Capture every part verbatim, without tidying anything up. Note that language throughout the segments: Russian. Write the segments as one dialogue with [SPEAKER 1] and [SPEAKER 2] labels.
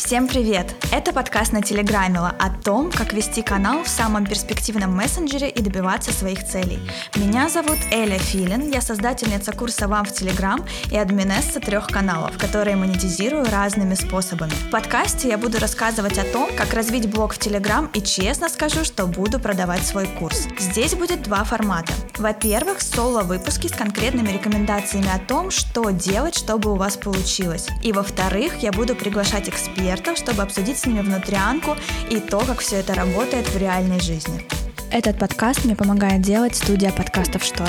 [SPEAKER 1] Всем привет! Это подкаст на Телеграмила о том, как вести канал в самом перспективном мессенджере и добиваться своих целей. Меня зовут Эля Филин, я создательница курса «Вам в Телеграм» и админесса трех каналов, которые монетизирую разными способами. В подкасте я буду рассказывать о том, как развить блог в Телеграм, и честно скажу, что буду продавать свой курс. Здесь будет два формата. Во-первых, соло-выпуски с конкретными рекомендациями о том, что делать, чтобы у вас получилось. И во-вторых, я буду приглашать экспертов, чтобы обсудить с ними внутрянку и то, как все это работает в реальной жизни. Этот подкаст мне помогает делать студия подкастов «Шторм».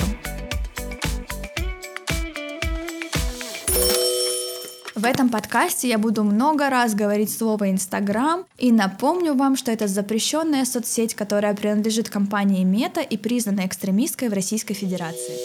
[SPEAKER 1] В этом подкасте я буду много раз говорить слово «Инстаграм» и напомню вам, что это запрещенная соцсеть, которая принадлежит компании Мета и признана экстремистской в Российской Федерации.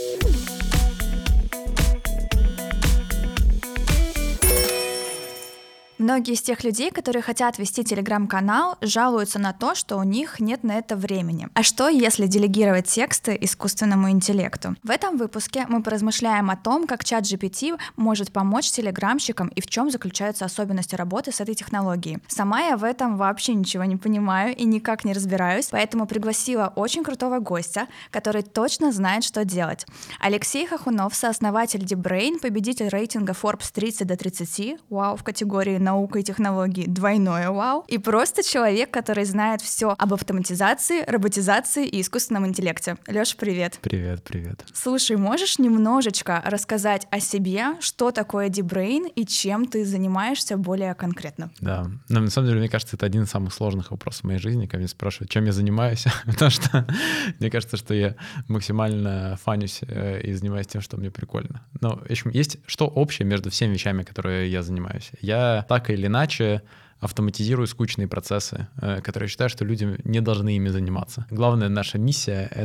[SPEAKER 1] Многие из тех людей, которые хотят вести телеграм-канал, жалуются на то, что у них нет на это времени. А что, если делегировать тексты искусственному интеллекту? В этом выпуске мы поразмышляем о том, как чат джи пи ти может помочь телеграмщикам и в чем заключаются особенности работы с этой технологией. Сама я в этом вообще ничего не понимаю и никак не разбираюсь, поэтому пригласила очень крутого гостя, который точно знает, что делать. Алексей Хохунов, сооснователь DeepBrain, победитель рейтинга Forbes тридцать до тридцати, вау, в категории наука и технологии, двойное вау, и просто человек, который знает все об автоматизации, роботизации и искусственном интеллекте. Лёш, привет.
[SPEAKER 2] Привет, привет.
[SPEAKER 1] Слушай, можешь немножечко рассказать о себе, что такое DeepBrain и чем ты занимаешься более конкретно?
[SPEAKER 2] Да, но на самом деле, мне кажется, это один из самых сложных вопросов в моей жизни, когда меня спрашивают, чем я занимаюсь, потому что мне кажется, что я максимально фанюсь и занимаюсь тем, что мне прикольно. Но, в общем, есть что общее между всеми вещами, которые я занимаюсь. Я так или иначе автоматизирую скучные процессы, которые считаю, что люди не должны ими заниматься. Главная наша миссия —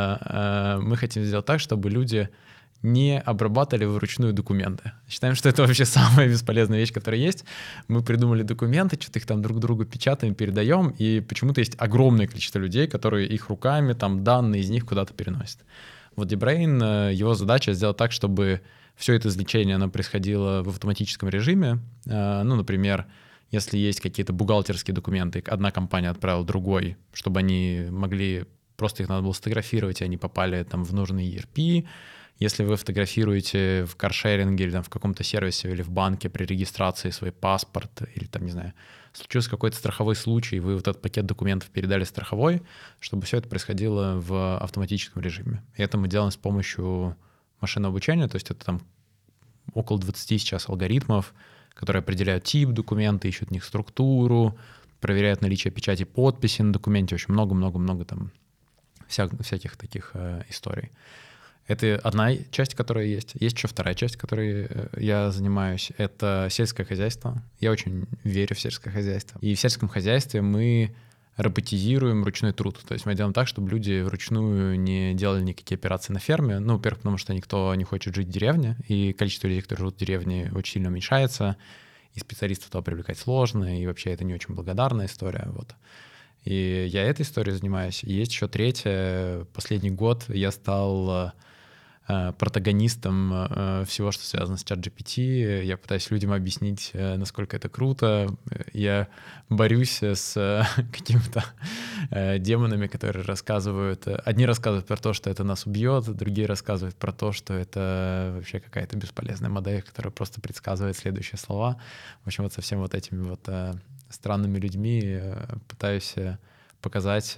[SPEAKER 2] это мы хотим сделать так, чтобы люди не обрабатывали вручную документы. Считаем, что это вообще самая бесполезная вещь, которая есть. Мы придумали документы, что-то их там друг другу печатаем, передаем, и почему-то есть огромное количество людей, которые их руками, там, данные из них куда-то переносят. Вот DeepBrain, его задача сделать так, чтобы все это извлечение, оно происходило в автоматическом режиме. Ну, например, если есть какие-то бухгалтерские документы, одна компания отправила другой, чтобы они могли, просто их надо было сфотографировать, и они попали там в нужный и эр пи. Если вы фотографируете в каршеринге или там в каком-то сервисе или в банке при регистрации свой паспорт, или там, не знаю, случился какой-то страховой случай, вы вот этот пакет документов передали страховой, чтобы все это происходило в автоматическом режиме. И это мы делаем с помощью машинного обучения, то есть это там около двадцати сейчас алгоритмов, которые определяют тип документа, ищут в них структуру, проверяют наличие печати подписи на документе. Очень много-много-много там вся, всяких таких э, историй. Это одна часть, которая есть. Есть еще вторая часть, которой я занимаюсь. Это сельское хозяйство. Я очень верю в сельское хозяйство. И в сельском хозяйстве мы роботизируем ручной труд. То есть мы делаем так, чтобы люди вручную не делали никакие операции на ферме. Ну, во-первых, потому что никто не хочет жить в деревне, и количество людей, которые живут в деревне, очень сильно уменьшается, и специалистов туда привлекать сложно, и вообще это не очень благодарная история. Вот. И я этой историей занимаюсь. И есть еще третья. Последний год я стал протагонистом всего, что связано с чат джи пи ти. Я пытаюсь людям объяснить, насколько это круто. Я борюсь с какими-то демонами, которые рассказывают... Одни рассказывают про то, что это нас убьет, другие рассказывают про то, что это вообще какая-то бесполезная модель, которая просто предсказывает следующие слова. В общем, вот со всеми вот этими вот странными людьми пытаюсь показать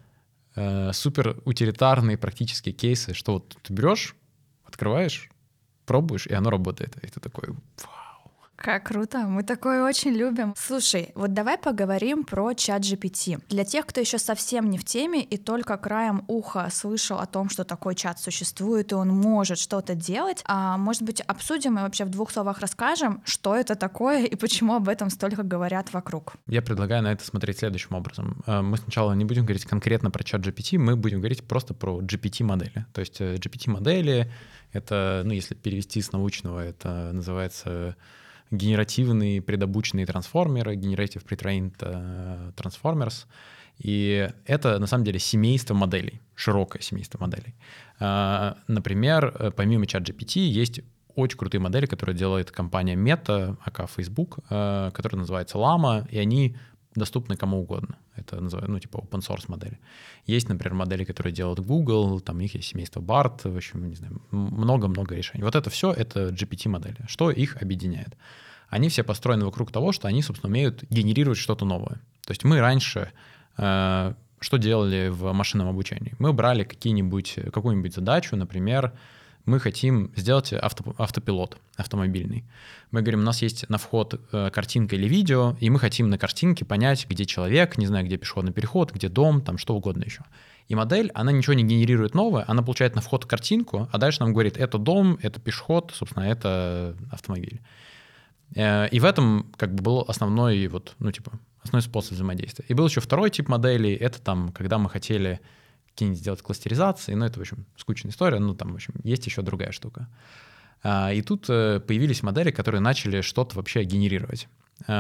[SPEAKER 2] супер утилитарные практические кейсы, что вот ты берешь, открываешь, пробуешь, и оно работает. И ты такой, вау.
[SPEAKER 1] Как круто, мы такое очень любим. Слушай, вот давай поговорим про чат джи пи ти. Для тех, кто еще совсем не в теме и только краем уха слышал о том, что такой чат существует и он может что-то делать, а может быть, обсудим и вообще в двух словах расскажем, что это такое и почему об этом столько говорят вокруг.
[SPEAKER 2] Я предлагаю на это смотреть следующим образом. Мы сначала не будем говорить конкретно про чат джи пи ти, мы будем говорить просто про джи пи ти-модели. То есть джи пи ти-модели — это, ну, если перевести с научного, это называется генеративные предобученные трансформеры, Generative Pre-trained Transformers. И это, на самом деле, семейство моделей, широкое семейство моделей. Например, помимо чат джи пи ти есть очень крутые модели, которые делает компания Meta, ака Facebook, э, которая называется Llama, и они доступны кому угодно. Это называют, ну, типа open source модели. Есть, например, модели, которые делают Google, там у них есть семейство Барт, в общем, не знаю, много-много решений. Вот это все — это джи пи ти-модели. Что их объединяет? Они все построены вокруг того, что они, собственно, умеют генерировать что-то новое. То есть мы раньше э, что делали в машинном обучении? Мы брали какие-нибудь, какую-нибудь задачу, например, мы хотим сделать авто, автопилот автомобильный. Мы говорим, у нас есть на вход э, картинка или видео, и мы хотим на картинке понять, где человек, не знаю, где пешеходный переход, где дом, там что угодно еще. И модель, она ничего не генерирует новое, она получает на вход картинку, а дальше нам говорит, это дом, это пешеход, собственно, это автомобиль. Э, и в этом как бы был основной, вот, ну, типа, основной способ взаимодействия. И был еще второй тип моделей, это там, когда мы хотели какие-нибудь сделать кластеризации, но это, в общем, скучная история, ну, там, в общем, есть еще другая штука. И тут появились модели, которые начали что-то вообще генерировать.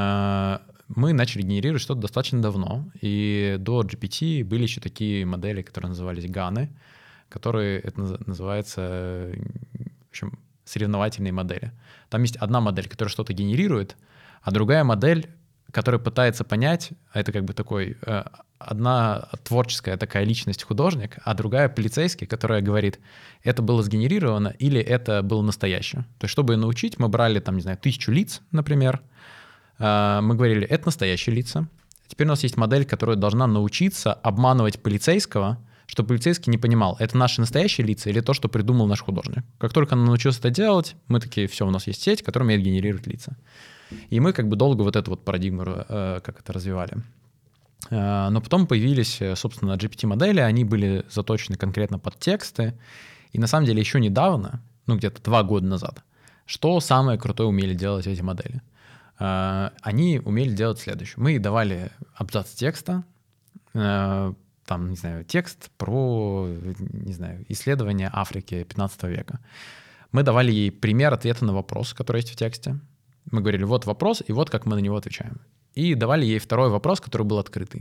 [SPEAKER 2] Мы начали генерировать что-то достаточно давно, и до джи пи ти были еще такие модели, которые назывались ганы, которые, это называется, в общем, соревновательные модели. Там есть одна модель, которая что-то генерирует, а другая модель, которая пытается понять, это как бы такой, одна творческая такая личность художник, а другая полицейский, которая говорит, это было сгенерировано или это было настоящее. То есть, чтобы ее научить, мы брали там, не знаю, тысячу лиц, например, мы говорили, это настоящие лица. Теперь у нас есть модель, которая должна научиться обманывать полицейского, чтобы полицейский не понимал, это наши настоящие лица или то, что придумал наш художник. Как только она научилась это делать, мы такие, все, у нас есть сеть, которая умеет генерировать лица. И мы как бы долго вот эту вот парадигму э, как это развивали. Э, но потом появились, собственно, джи пи ти-модели, они были заточены конкретно под тексты. И на самом деле еще недавно, ну где-то два года назад, что самое крутое умели делать эти модели? Э, они умели делать следующее. Мы давали абзац текста, э, там, не знаю, текст про, не знаю, исследование Африки пятнадцатого века. Мы давали ей пример ответа на вопрос, который есть в тексте. Мы говорили, вот вопрос, и вот как мы на него отвечаем. И давали ей второй вопрос, который был открытый.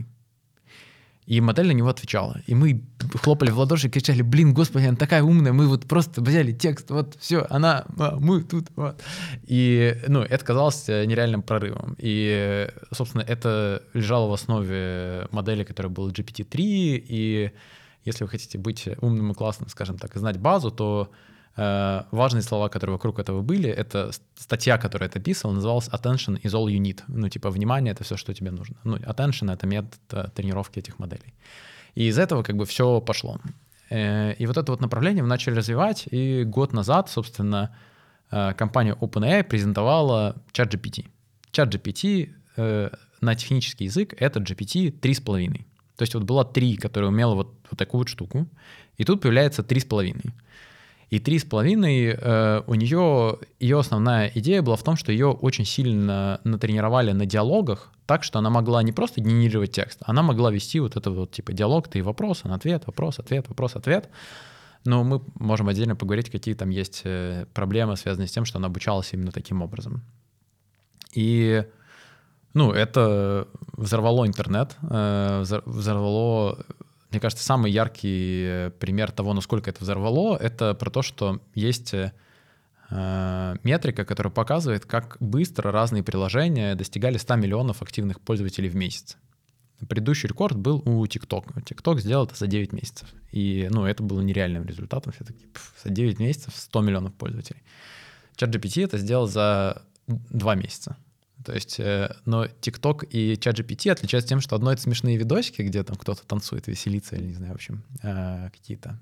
[SPEAKER 2] И модель на него отвечала. И мы хлопали в ладоши и кричали, блин, господи, она такая умная, мы вот просто взяли текст, вот все, она, мы тут, вот. И, ну, это казалось нереальным прорывом. И, собственно, это лежало в основе модели, которая была джи пи ти три, и если вы хотите быть умным и классным, скажем так, и знать базу, то э, важные слова, которые вокруг этого были, это статья, которая это описывала, называлась «Attention is all you need». Ну, типа, внимание — это все, что тебе нужно. Ну, attention — это метод тренировки этих моделей. И из этого как бы все пошло. Э, и вот это вот направление мы начали развивать, и год назад, собственно, э, компания OpenAI презентовала ChatGPT. ChatGPT э, на технический язык — это джи пи ти три с половиной. То есть вот была три, которая умела вот, вот такую вот штуку, и тут появляется три с половиной. И три с половиной э, у нее, ее основная идея была в том, что ее очень сильно натренировали на диалогах, так что она могла не просто генерировать текст, она могла вести вот это вот типа диалог, ты вопрос, он ответ, вопрос, ответ, вопрос, ответ. Но мы можем отдельно поговорить, какие там есть проблемы, связанные с тем, что она обучалась именно таким образом. И ну, это взорвало интернет, взорвало, мне кажется, самый яркий пример того, насколько это взорвало, это про то, что есть метрика, которая показывает, как быстро разные приложения достигали ста миллионов активных пользователей в месяц. Предыдущий рекорд был у TikTok. TikTok сделал это за девять месяцев. И ну, это было нереальным результатом. Все таки за девять месяцев сто миллионов пользователей. ChatGPT это сделал за два месяца. То есть, но TikTok и ChatGPT отличаются тем, что одно — это смешные видосики, где там кто-то танцует, веселится, или, не знаю, в общем, какие-то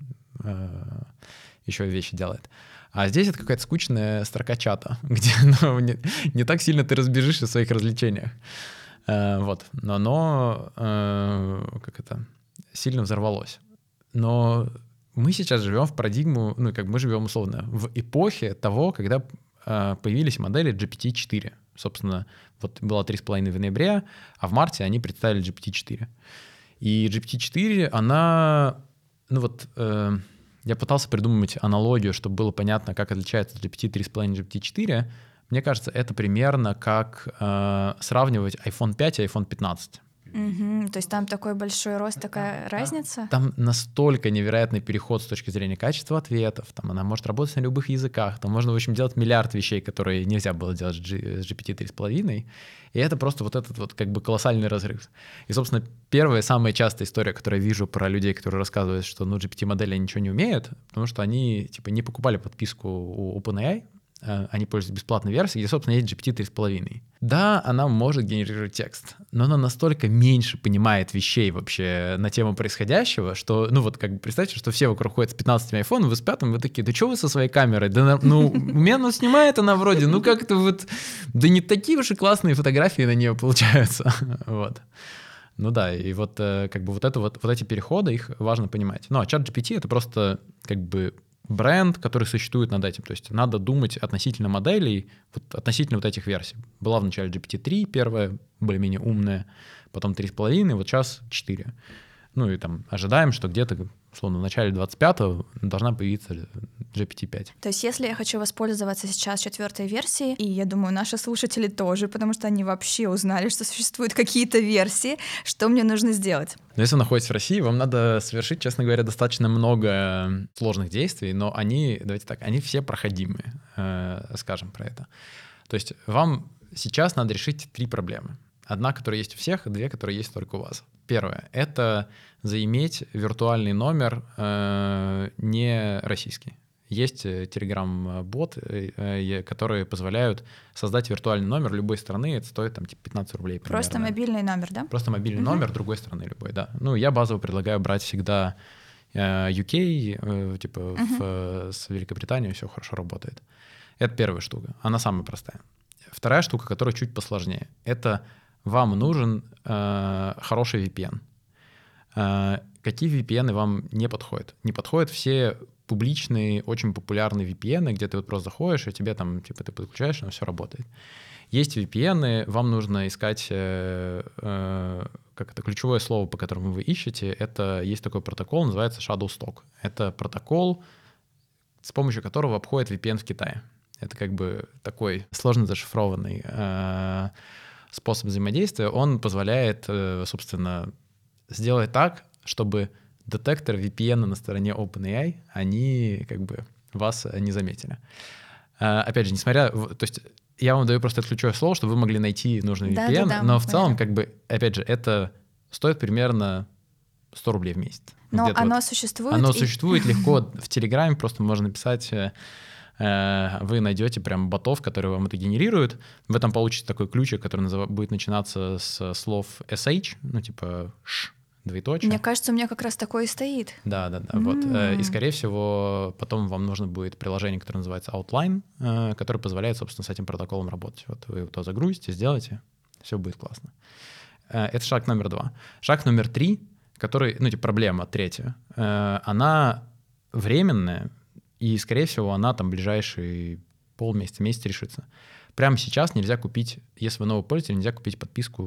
[SPEAKER 2] еще вещи делает. А здесь это какая-то скучная строка чата, где ну, не, не так сильно ты разбежишься в своих развлечениях. Вот. Но оно как это, сильно взорвалось. Но мы сейчас живем в парадигму, ну, как мы живем условно, в эпохе того, когда появились модели джи пи ти четыре. Собственно, вот было три с половиной в ноябре, а в марте они представили джи пи ти четыре. И джи пи ти четыре, она, ну вот, э, я пытался придумать аналогию, чтобы было понятно, как отличается джи пи ти три с половиной и джи пи ти четыре. Мне кажется, это примерно как э, сравнивать айфон пять и айфон пятнадцать.
[SPEAKER 1] Угу. То есть там такой большой рост, такая
[SPEAKER 2] там,
[SPEAKER 1] разница?
[SPEAKER 2] Там настолько невероятный переход с точки зрения качества ответов, там она может работать на любых языках, там можно, в общем, делать миллиард вещей, которые нельзя было делать с джи пи ти три с половиной, и это просто вот этот вот как бы колоссальный разрыв. И, собственно, первая, самая частая история, которую я вижу про людей, которые рассказывают, что ну, джи пи ти-модели ничего не умеют, потому что они типа не покупали подписку у OpenAI, они пользуются бесплатной версией, где, собственно, есть джи пи ти три с половиной. Да, она может генерировать текст, но она настолько меньше понимает вещей вообще на тему происходящего, что, ну вот, как бы представьте, что все вокруг ходят с пятнадцатым айфоном, вы с пятым, вы такие, да что вы со своей камерой? Да, ну, у меня, ну, снимает она вроде, ну, как-то вот, да не такие уж и классные фотографии на нее получаются, вот. Ну да, и вот как бы вот, это вот, вот эти переходы, их важно понимать. Ну, а ChatGPT — это просто как бы бренд, который существует над этим. То есть надо думать относительно моделей, вот относительно вот этих версий. Была вначале джи пи ти три первая, более-менее умная, потом три с половиной, вот сейчас четыре. Ну и там ожидаем, что где-то, условно, в начале двадцать пятого должна появиться джи пи ти пять.
[SPEAKER 1] То есть если я хочу воспользоваться сейчас четвертой версией, и я думаю, наши слушатели тоже, потому что они вообще узнали, что существуют какие-то версии, что мне нужно сделать?
[SPEAKER 2] Но если вы находитесь в России, вам надо совершить, честно говоря, достаточно много сложных действий, но они, давайте так, они все проходимые, э, скажем про это. То есть вам сейчас надо решить три проблемы. Одна, которая есть у всех, и две, которые есть только у вас. Первое — это заиметь виртуальный номер э, не российский. Есть Telegram-бот, э, которые позволяют создать виртуальный номер любой страны, это стоит там типа пятнадцать рублей примерно.
[SPEAKER 1] Просто мобильный номер, да?
[SPEAKER 2] Просто мобильный
[SPEAKER 1] угу.
[SPEAKER 2] номер другой страны любой, да. Ну, я базово предлагаю брать всегда э, ю кей, э, типа угу. в, с Великобританией все хорошо работает. Это первая штука, она самая простая. Вторая штука, которая чуть посложнее, это вам нужен э, хороший ви пи эн. Э, какие ви пи эн вам не подходят? Не подходят все публичные, очень популярные ви пи эн, где ты вот просто заходишь, и тебе там, типа, ты подключаешь, оно все работает. Есть ви пи эн, вам нужно искать, э, э, как это, ключевое слово, по которому вы ищете, это есть такой протокол, называется Shutterstock. Это протокол, с помощью которого обходит ви пи эн в Китае. Это как бы такой сложно зашифрованный э, способ взаимодействия. Он позволяет, э, собственно, сделать так, чтобы детекторы ви пи эн на стороне OpenAI, они как бы вас не заметили. Э, опять же, несмотря... То есть я вам даю просто это ключевое слово, чтобы вы могли найти нужный
[SPEAKER 1] да,
[SPEAKER 2] ви пи эн,
[SPEAKER 1] да, да,
[SPEAKER 2] но в целом, как бы, опять же, это стоит примерно сто рублей в месяц.
[SPEAKER 1] Но
[SPEAKER 2] Где-то
[SPEAKER 1] оно
[SPEAKER 2] вот.
[SPEAKER 1] существует?
[SPEAKER 2] Оно
[SPEAKER 1] и...
[SPEAKER 2] существует легко. В Телеграме просто можно написать... Вы найдете прям ботов, которые вам это генерируют. Вы там получите такой ключик, который назов... будет начинаться с слов эс эйч, ну типа ш, двоеточие.
[SPEAKER 1] Мне кажется, у меня как раз такое и стоит.
[SPEAKER 2] Да, да, да.
[SPEAKER 1] Mm.
[SPEAKER 2] Вот. И, скорее всего, потом вам нужно будет приложение, которое называется Outline, которое позволяет, собственно, с этим протоколом работать. Вот вы его загрузите, сделаете, все будет классно. Это шаг номер два. Шаг номер три, который, ну, типа проблема третья, она временная, и, скорее всего, она там ближайшие полмесяца, месяц решится. Прямо сейчас нельзя купить, если вы новый пользователь, нельзя купить подписку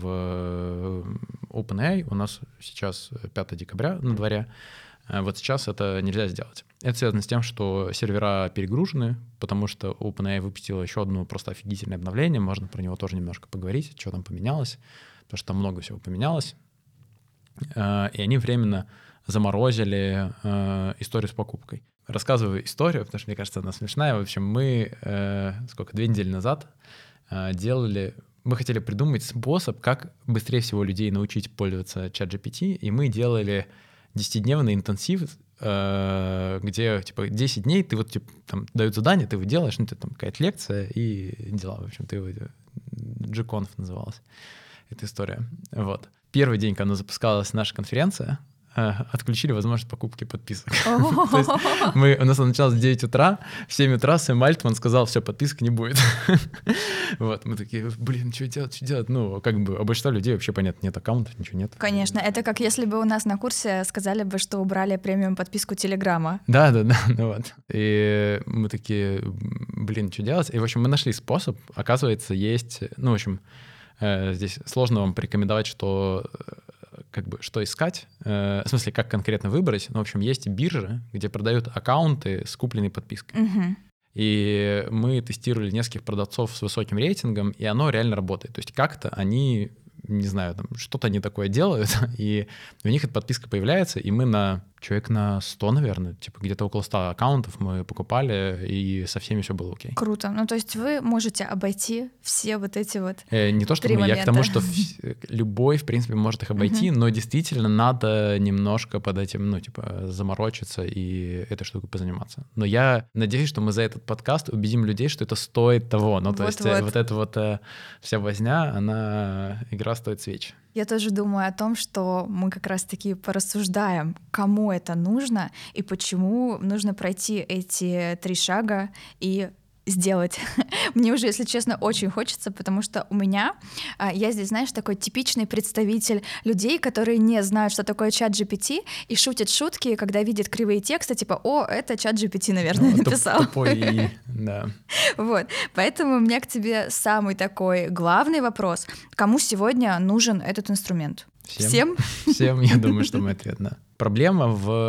[SPEAKER 2] в OpenAI. У нас сейчас пятое декабря на дворе. Вот сейчас это нельзя сделать. Это связано с тем, что сервера перегружены, потому что OpenAI выпустила еще одно просто офигительное обновление. Можно про него тоже немножко поговорить, что там поменялось, потому что там много всего поменялось. И они временно заморозили историю с покупкой. Рассказываю историю, потому что, мне кажется, она смешная. В общем, мы, э, сколько, две недели назад э, делали... Мы хотели придумать способ, как быстрее всего людей научить пользоваться ChatGPT, и мы делали десятидневный интенсив, э, где, типа, десять дней ты вот, типа, там, дают задание, ты его делаешь, ну, это там какая-то лекция и дела. В общем, ты его... джи-конф называлась эта история. Вот. Первый день, когда запускалась наша конференция, отключили возможность покупки подписок. То есть мы, у нас началось в девять утра, в семь утра Сэм Альтман сказал, все, подписок не будет. Вот, мы такие, блин, что делать, что делать? Ну, как бы, а большинство людей вообще, понятно, нет аккаунтов, ничего нет.
[SPEAKER 1] Конечно, это как если бы у нас на курсе сказали бы, что убрали премиум подписку Телеграма.
[SPEAKER 2] Да, да, да, ну вот. И мы такие, блин, что делать? И, в общем, мы нашли способ, оказывается, есть, ну, в общем, здесь сложно вам порекомендовать, что... как бы, что искать, э, в смысле, как конкретно выбрать. Ну, в общем, есть биржи, где продают аккаунты с купленной подпиской.
[SPEAKER 1] Uh-huh.
[SPEAKER 2] И мы тестировали нескольких продавцов с высоким рейтингом, и оно реально работает. То есть как-то они не знаю, там, что-то они такое делают, и у них эта подписка появляется, и мы на человек на сто, наверное, типа где-то около ста аккаунтов мы покупали, и со всеми все было окей.
[SPEAKER 1] Круто. Ну, то есть вы можете обойти все вот эти вот
[SPEAKER 2] э, Не то, что
[SPEAKER 1] три
[SPEAKER 2] мы,
[SPEAKER 1] момента.
[SPEAKER 2] Я к тому, что в, любой, в принципе, может их обойти, uh-huh. но действительно надо немножко под этим, ну, типа, заморочиться и этой штукой позаниматься. Но я надеюсь, что мы за этот подкаст убедим людей, что это стоит того. Ну, то вот, есть вот. вот эта вот э, вся возня, она, игра стоит свеч.
[SPEAKER 1] Я тоже думаю о том, что мы как раз-таки порассуждаем, кому это нужно и почему нужно пройти эти три шага и сделать. Мне уже, если честно, очень хочется, потому что у меня, я здесь, знаешь, такой типичный представитель людей, которые не знают, что такое чат джи пи ти, и шутят шутки, когда видят кривые тексты, типа, о, это чат джи пи ти, наверное, ну, написал.
[SPEAKER 2] Тупой, да.
[SPEAKER 1] Вот, поэтому у меня к тебе самый такой главный вопрос. Кому сегодня нужен этот инструмент?
[SPEAKER 2] Всем? Всем, Всем я думаю, что мой ответ, да. Проблема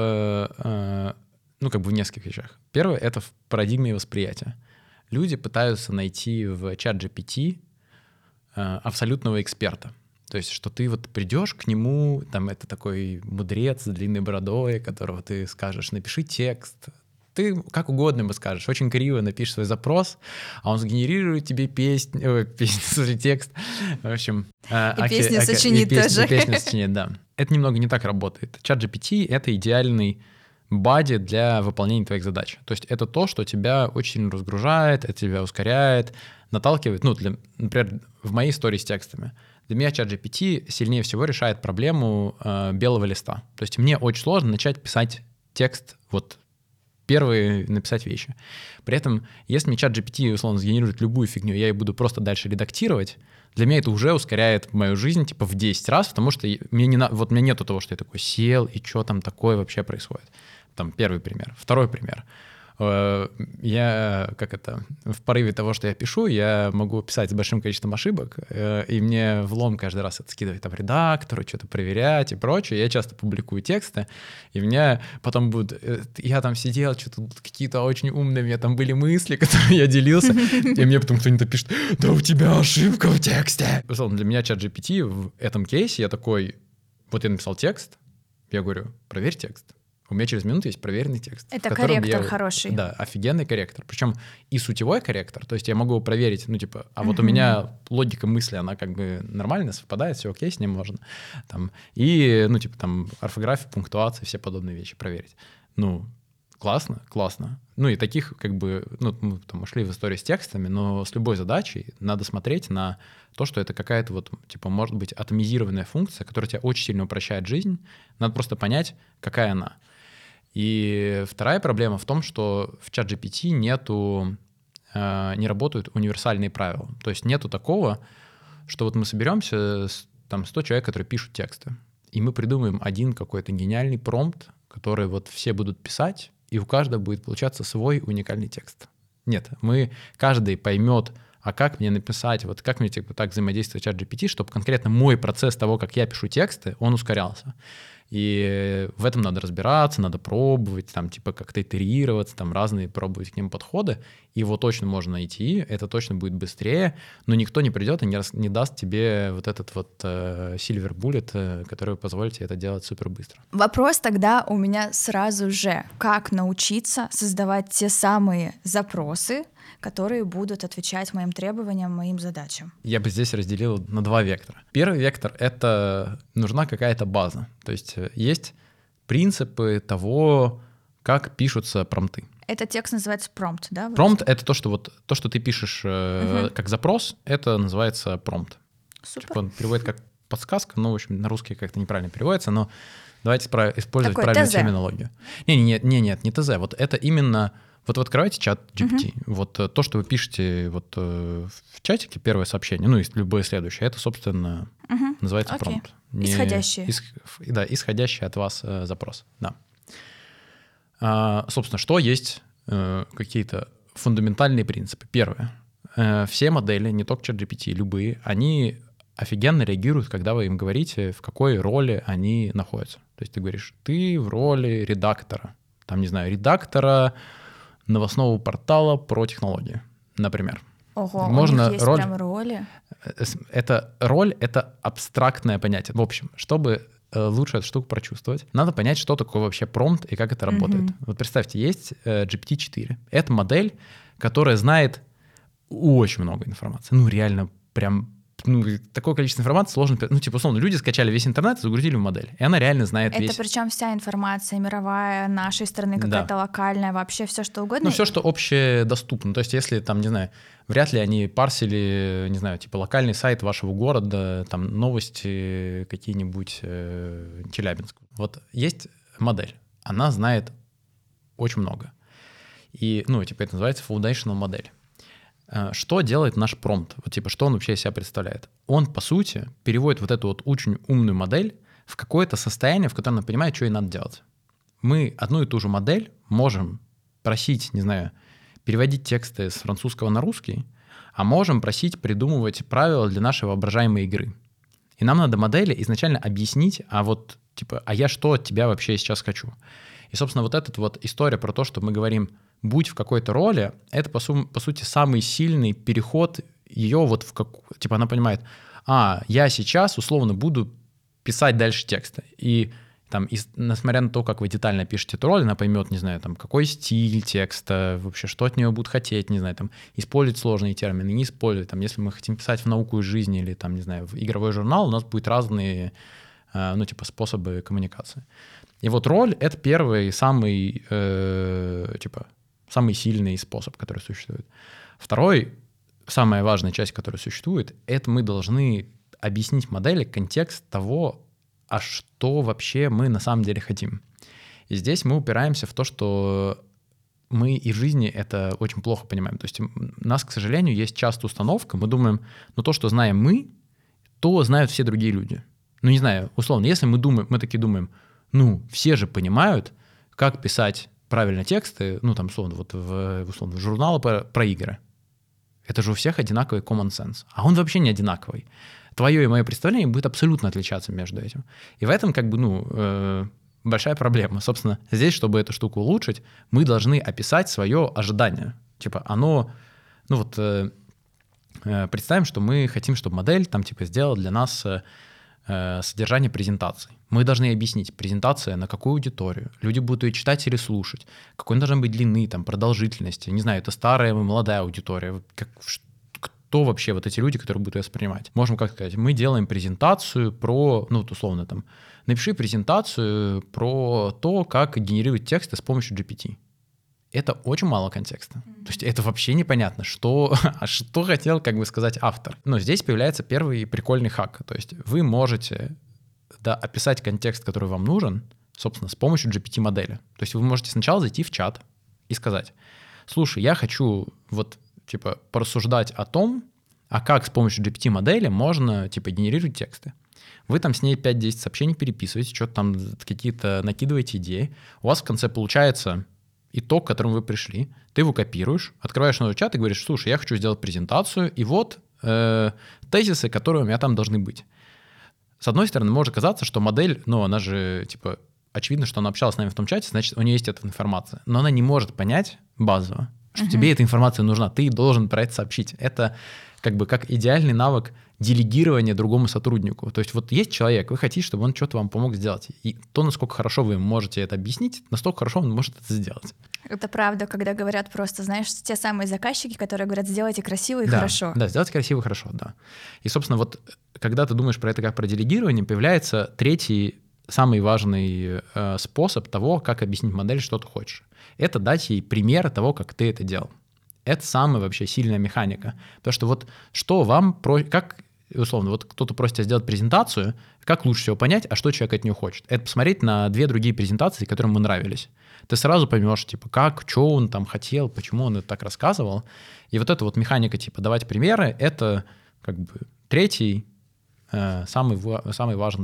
[SPEAKER 2] в, ну, как бы в нескольких вещах. Первое — это в парадигме восприятия. Люди пытаются найти в чат джи пи ти э, абсолютного эксперта. То есть, что ты вот придешь к нему, там это такой мудрец с длинной бородой, которого ты скажешь, напиши текст. Ты как угодно ему скажешь, очень криво напишешь свой запрос, а он сгенерирует тебе песню, ой, песню, sorry, текст. В общем...
[SPEAKER 1] Э, и аки, песню аки, сочинит и тоже.
[SPEAKER 2] И песню сочинит, да. Это немного не так работает. чат джи пи ти — это идеальный бади для выполнения твоих задач. То есть это то, что тебя очень сильно разгружает, это тебя ускоряет, наталкивает. Ну, для, например, в моей истории с текстами. Для меня чат джи пи ти сильнее всего решает проблему э, белого листа. То есть мне очень сложно начать писать текст, вот первые написать вещи. При этом, если мне чат джи пи ти, условно, сгенерирует любую фигню, я ее буду просто дальше редактировать, для меня это уже ускоряет мою жизнь типа в десять раз, потому что мне не на... вот у меня нету того, что я такой сел, и что там такое вообще происходит. Там первый пример. Второй пример. Я, как это, в порыве того, что я пишу, я могу писать с большим количеством ошибок, и мне влом каждый раз это скидывать там редактору, что-то проверять и прочее. Я часто публикую тексты, и у меня потом будут... Я там сидел, что-то какие-то очень умные, у меня там были мысли, которые я делился, и мне потом кто-нибудь пишет: да у тебя ошибка в тексте. Для меня чат джи пи ти в этом кейсе, я такой, вот я написал текст, я говорю, проверь текст. У меня через минуту есть проверенный текст.
[SPEAKER 1] Это корректор я, хороший.
[SPEAKER 2] Да, офигенный корректор. Причем и сутевой корректор. То есть я могу проверить, ну, типа, а вот uh-huh. у меня логика мысли, она как бы нормально совпадает, все окей, с ним можно. Там, и, ну, типа, там, орфография, пунктуация, все подобные вещи проверить. Ну, классно, классно. Ну, и таких, как бы, ну, мы там ушли в историю с текстами, но с любой задачей надо смотреть на то, что это какая-то вот, типа, может быть, атомизированная функция, которая тебя очень сильно упрощает жизнь. Надо просто понять, какая она. И вторая проблема в том, что в чат джи пи ти нету, э, не работают универсальные правила. То есть нету такого, что вот мы соберемся, там сто человек, которые пишут тексты, и мы придумаем один какой-то гениальный промпт, который вот все будут писать, и у каждого будет получаться свой уникальный текст. Нет, мы, каждый поймет, а как мне написать, вот как мне типа, так взаимодействовать с чат джи пи ти, чтобы конкретно мой процесс того, как я пишу тексты, он ускорялся. И в этом надо разбираться, надо пробовать, там, типа, как-то итерироваться, там, разные пробовать к ним подходы. И его точно можно найти, это точно будет быстрее, но никто не придет и не, рас, не даст тебе вот этот вот э, silver bullet, э, который позволит тебе это делать супер быстро.
[SPEAKER 1] Вопрос тогда у меня сразу же. Как научиться создавать те самые запросы, которые будут отвечать моим требованиям, моим задачам?
[SPEAKER 2] Я бы здесь разделил на два вектора. Первый вектор — это нужна какая-то база. То есть есть принципы того, как пишутся промпты.
[SPEAKER 1] Этот текст называется промпт, да?
[SPEAKER 2] Промпт — это то, что вот то, что ты пишешь э, угу. как запрос, это называется промпт.
[SPEAKER 1] Супер.
[SPEAKER 2] Типа он переводит как подсказка, ну, в общем, на русский как-то неправильно переводится, но давайте использовать
[SPEAKER 1] Такой
[SPEAKER 2] правильную
[SPEAKER 1] ТЗ.
[SPEAKER 2] Терминологию. Не, не, не, нет, не ТЗ. Вот это именно... Вот вы открываете чат джи пи ти, uh-huh. вот то, что вы пишете вот в чатике, первое сообщение, ну и любое следующее, это, собственно, uh-huh. называется
[SPEAKER 1] okay.
[SPEAKER 2] промпт.
[SPEAKER 1] Не, исходящий.
[SPEAKER 2] Ис, да, исходящий от вас э, запрос, да. А, собственно, что есть э, какие-то фундаментальные принципы? Первое. Э, все модели, не только чат джи пи ти, любые, они офигенно реагируют, когда вы им говорите, в какой роли они находятся. То есть ты говоришь, ты в роли редактора, там, не знаю, редактора новостного портала про технологии, например.
[SPEAKER 1] Ого,
[SPEAKER 2] Можно
[SPEAKER 1] у них есть
[SPEAKER 2] роль...
[SPEAKER 1] прям роли?
[SPEAKER 2] Это роль — это абстрактное понятие. В общем, чтобы лучше эту штуку прочувствовать, надо понять, что такое вообще промпт и как это работает. Mm-hmm. Вот представьте, есть джи пи ти четыре. Это модель, которая знает очень много информации. Ну, реально, прям ну, такое количество информации сложно... Ну, типа, условно, люди скачали весь интернет, загрузили в модель, и она реально знает
[SPEAKER 1] это
[SPEAKER 2] весь...
[SPEAKER 1] Это причем вся информация мировая, нашей страны, какая-то да. локальная, вообще все что угодно?
[SPEAKER 2] Ну, все, что общедоступно. То есть, если, там, не знаю, вряд ли они парсили, не знаю, типа, локальный сайт вашего города, там, новости какие-нибудь э, Челябинск. Вот есть модель, она знает очень много. И, ну, типа, это называется foundational модель. Что делает наш промпт? Вот, типа, что он вообще из себя представляет? Он, по сути, переводит вот эту вот очень умную модель в какое-то состояние, в котором она понимает, что ей надо делать. Мы одну и ту же модель можем просить, не знаю, переводить тексты с французского на русский, а можем просить придумывать правила для нашей воображаемой игры. И нам надо модели изначально объяснить, а вот, типа, а я что от тебя вообще сейчас хочу? И, собственно, вот эта вот история про то, что мы говорим «будь в какой-то роли», это, по, су- по сути, самый сильный переход ее вот в как... Типа она понимает, а, я сейчас условно буду писать дальше тексты. И там, и, несмотря на то, как вы детально пишете эту роль, она поймет, не знаю, там, какой стиль текста, вообще, что от нее будут хотеть, не знаю, там, использовать сложные термины, не использовать. Там, если мы хотим писать в науку и жизнь или, там, не знаю, в игровой журнал, у нас будут разные, ну, типа, способы коммуникации. И вот роль — это первый, самый, э, типа, самый сильный способ, который существует. Второй, самая важная часть, которая существует, это мы должны объяснить модели контекст того, а что вообще мы на самом деле хотим. И здесь мы упираемся в то, что мы и в жизни это очень плохо понимаем. То есть у нас, к сожалению, есть часто установка, мы думаем, ну то, что знаем мы, то знают все другие люди. Ну не знаю, условно, если мы думаем, мы такие думаем, ну все же понимают, как писать правильно тексты, ну там условно, вот в, условно, в журналы про, про игры. Это же у всех одинаковый common sense. А он вообще не одинаковый. Твое и мое представление будет абсолютно отличаться между этим. И в этом как бы, ну, э, большая проблема. Собственно, здесь, чтобы эту штуку улучшить, мы должны описать свое ожидание. Типа оно, ну вот, э, э, представим, что мы хотим, чтобы модель там типа сделала для нас э, содержание презентации. Мы должны объяснить, презентация на какую аудиторию, люди будут ее читать или слушать, какой должна быть длины, там, продолжительности, не знаю, это старая, молодая аудитория, как, кто вообще вот эти люди, которые будут ее воспринимать. Можем как сказать, мы делаем презентацию про, ну, вот условно там, напиши презентацию про то, как генерировать тексты с помощью джи пи ти. Это очень мало контекста. Mm-hmm. То есть это вообще непонятно, что, а что хотел, как бы сказать, автор. Но здесь появляется первый прикольный хак. То есть вы можете да, описать контекст, который вам нужен, собственно, с помощью джи пи ти-модели. То есть вы можете сначала зайти в чат и сказать, слушай, я хочу вот, типа, порассуждать о том, а как с помощью джи пи ти-модели можно, типа, генерировать тексты. Вы там с ней пять-десять сообщений переписываете, что-то там какие-то накидываете идеи. У вас в конце получается итог, к которому вы пришли. Ты его копируешь, открываешь новый чат и говоришь, слушай, я хочу сделать презентацию, и вот э, тезисы, которые у меня там должны быть. С одной стороны, может казаться, что модель, ну, она же, типа, очевидно, что она общалась с нами в том чате, значит, у нее есть эта информация. Но она не может понять базово, что uh-huh. тебе эта информация нужна, ты должен про это сообщить. Это как бы как идеальный навык делегирования другому сотруднику. То есть вот есть человек, вы хотите, чтобы он что-то вам помог сделать. И то, насколько хорошо вы можете это объяснить, настолько хорошо он может это сделать.
[SPEAKER 1] Это правда, когда говорят просто, знаешь, те самые заказчики, которые говорят, сделайте красиво и
[SPEAKER 2] да,
[SPEAKER 1] хорошо.
[SPEAKER 2] Да, сделайте красиво и хорошо, да. И, собственно, вот когда ты думаешь про это как про делегирование, появляется третий, самый важный э, способ того, как объяснить модель, что ты хочешь. Это дать ей пример того, как ты это делал. Это самая вообще сильная механика. Потому что вот что вам, про... как, условно, вот кто-то просит тебя сделать презентацию, как лучше всего понять, а что человек от нее хочет? Это посмотреть на две другие презентации, которые ему нравились. Ты сразу поймешь, типа, как, что он там хотел, почему он это так рассказывал. И вот эта вот механика, типа, давать примеры, это как бы третий, э, самый, самый важный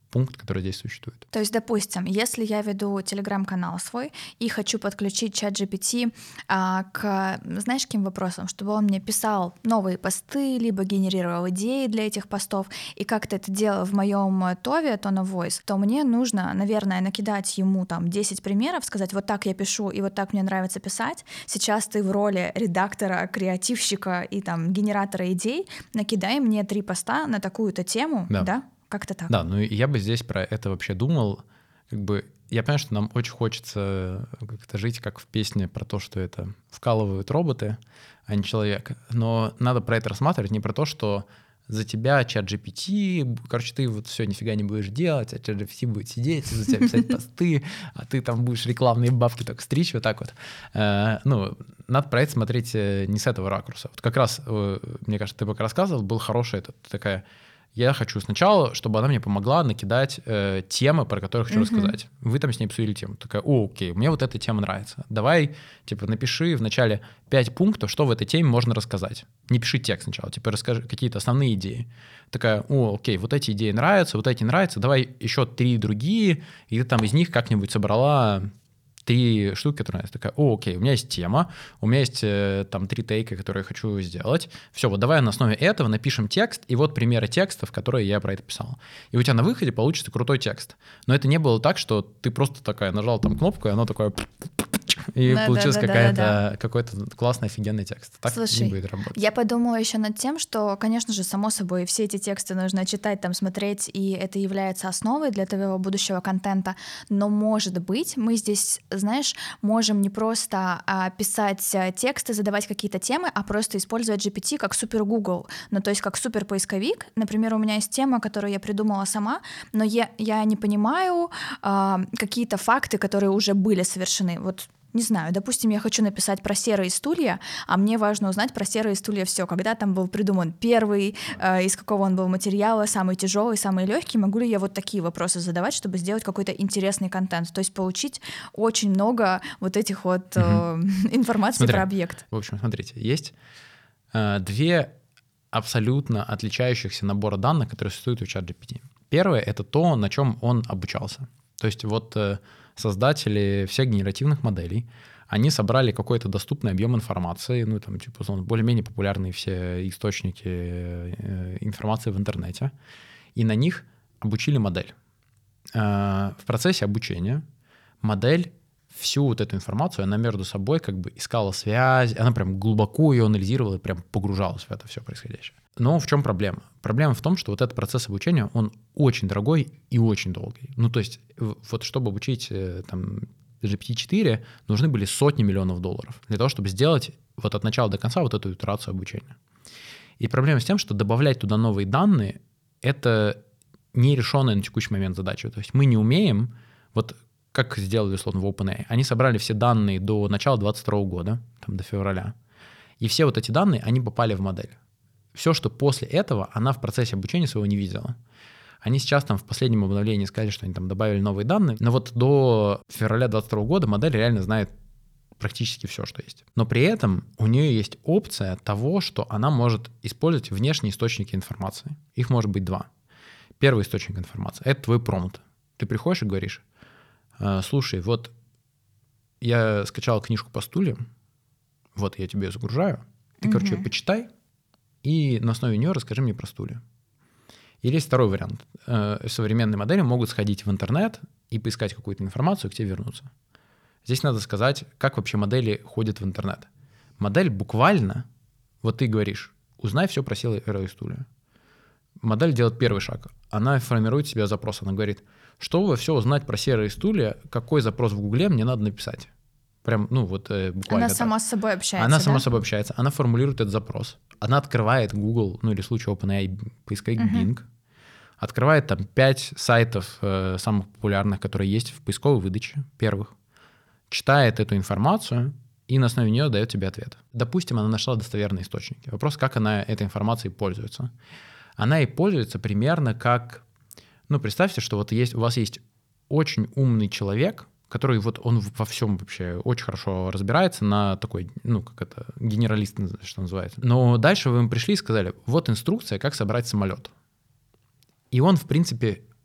[SPEAKER 2] пункт, который здесь существует.
[SPEAKER 1] То есть, допустим, если я веду телеграм-канал свой и хочу подключить чат джи пи ти а, к, знаешь, каким вопросам? Чтобы он мне писал новые посты, либо генерировал идеи для этих постов, и как-то это делал в моем тове, Tone of Voice, то мне нужно, наверное, накидать ему там десять примеров, сказать, вот так я пишу, и вот так мне нравится писать. Сейчас ты в роли редактора, креативщика и там генератора идей, накидай мне три поста на такую-то тему, да? да? Как-то так.
[SPEAKER 2] Да, ну и я бы здесь про это вообще думал. Как бы я понимаю, что нам очень хочется как-то жить, как в песне про то, что это вкалывают роботы, а не человек. Но надо про это рассматривать не про то, что за тебя чат джи пи ти, короче, ты вот все нифига не будешь делать, а чат джи пи ти будет сидеть, за тебя писать посты, а ты там будешь рекламные бабки так стричь, вот так вот. Ну, надо про это смотреть не с этого ракурса. Вот как раз, мне кажется, ты пока рассказывал, был хороший этот, такая... Я хочу сначала, чтобы она мне помогла накидать э, темы, про которые хочу mm-hmm. рассказать. Вы там с ней обсудили тему. Такая, о, окей, мне вот эта тема нравится. Давай, типа, напиши вначале пять пунктов, что в этой теме можно рассказать. Не пиши текст сначала, типа, расскажи какие-то основные идеи. Такая, о, окей, вот эти идеи нравятся, вот эти нравятся, давай еще три другие, и ты там из них как-нибудь собрала... три штуки, которые нравятся. Такая, о, окей, у меня есть тема, у меня есть э, там три тейка, которые я хочу сделать. Все, вот давай на основе этого напишем текст, и вот примеры текстов, которые я про это писал. И у тебя на выходе получится крутой текст. Но это не было так, что ты просто такая нажал там кнопку, и оно такое... И да, получилась да, да, какая-то, да, да. какой-то классный, офигенный текст. Так
[SPEAKER 1] Слушай,
[SPEAKER 2] не будет работать.
[SPEAKER 1] Я подумала еще над тем, что, конечно же, само собой, все эти тексты нужно читать, там, смотреть, и это является основой для твоего будущего контента. Но, может быть, мы здесь, знаешь, можем не просто а, писать тексты, задавать какие-то темы, а просто использовать джи пи ти как супер Google. Ну, то есть как супер поисковик. Например, у меня есть тема, которую я придумала сама, но я, я не понимаю а, какие-то факты, которые уже были совершены. Вот не знаю, допустим, я хочу написать про серые стулья, а мне важно узнать про серые стулья все, когда там был придуман первый, э, из какого он был материала, самый тяжелый, самый легкий, могу ли я вот такие вопросы задавать, чтобы сделать какой-то интересный контент, то есть получить очень много вот этих вот э, угу. информации Смотри, про объект.
[SPEAKER 2] В общем, смотрите, есть э, две абсолютно отличающихся набора данных, которые существуют у чат джи пи ти. Первое — это то, на чем он обучался. То есть вот э, создатели всех генеративных моделей, они собрали какой-то доступный объем информации, ну, там, типа, более-менее популярные все источники э, информации в интернете, и на них обучили модель. Э, в процессе обучения модель всю вот эту информацию, она между собой как бы искала связь, она прям глубоко ее анализировала и прям погружалась в это все происходящее. Но в чем проблема? Проблема в том, что вот этот процесс обучения, он очень дорогой и очень долгий. Ну, то есть вот чтобы обучить там джи пи ти четыре, нужны были сотни миллионов долларов для того, чтобы сделать вот от начала до конца вот эту итерацию обучения. И проблема с тем, что добавлять туда новые данные — это нерешенная на текущий момент задача. То есть мы не умеем, вот как сделали, условно, в OpenAI, они собрали все данные до начала двадцать второго года, там, до февраля, и все вот эти данные, они попали в модель. Все, что после этого, она в процессе обучения своего не видела. Они сейчас там в последнем обновлении сказали, что они там добавили новые данные, но вот до февраля двадцать второго года модель реально знает практически все, что есть. Но при этом у нее есть опция того, что она может использовать внешние источники информации. Их может быть два. Первый источник информации — это твой промпт. Ты приходишь и говоришь: слушай, вот я скачал книжку по стульям, вот я тебе ее загружаю, ты, угу. короче, ее почитай, и на основе нее расскажи мне про стулья. Или есть второй вариант. Современные модели могут сходить в интернет и поискать какую-то информацию, и к тебе вернуться. Здесь надо сказать, как вообще модели ходят в интернет. Модель буквально, вот ты говоришь, узнай все про серые стулья. Модель делает первый шаг. Она формирует себе запрос. Она говорит: чтобы все узнать про серые стулья, какой запрос в Гугле мне надо написать? Прям, ну вот э, буквально.
[SPEAKER 1] Она
[SPEAKER 2] так.
[SPEAKER 1] сама с собой общается,
[SPEAKER 2] Она
[SPEAKER 1] да?
[SPEAKER 2] сама с собой общается. Она формулирует этот запрос. Она открывает Google, ну или в случае OpenAI поисковик uh-huh. Bing, открывает там пять сайтов э, самых популярных, которые есть в поисковой выдаче первых, читает эту информацию и на основе нее дает тебе ответ. Допустим, она нашла достоверные источники. Вопрос, как она этой информацией пользуется. Она и пользуется примерно как... Ну, представьте, что вот есть, у вас есть очень умный человек, который вот он во всем вообще очень хорошо разбирается, на такой, ну, как это, генералист, что называется. Но дальше вы ему пришли и сказали: вот инструкция, как собрать самолет. И он, в принципе,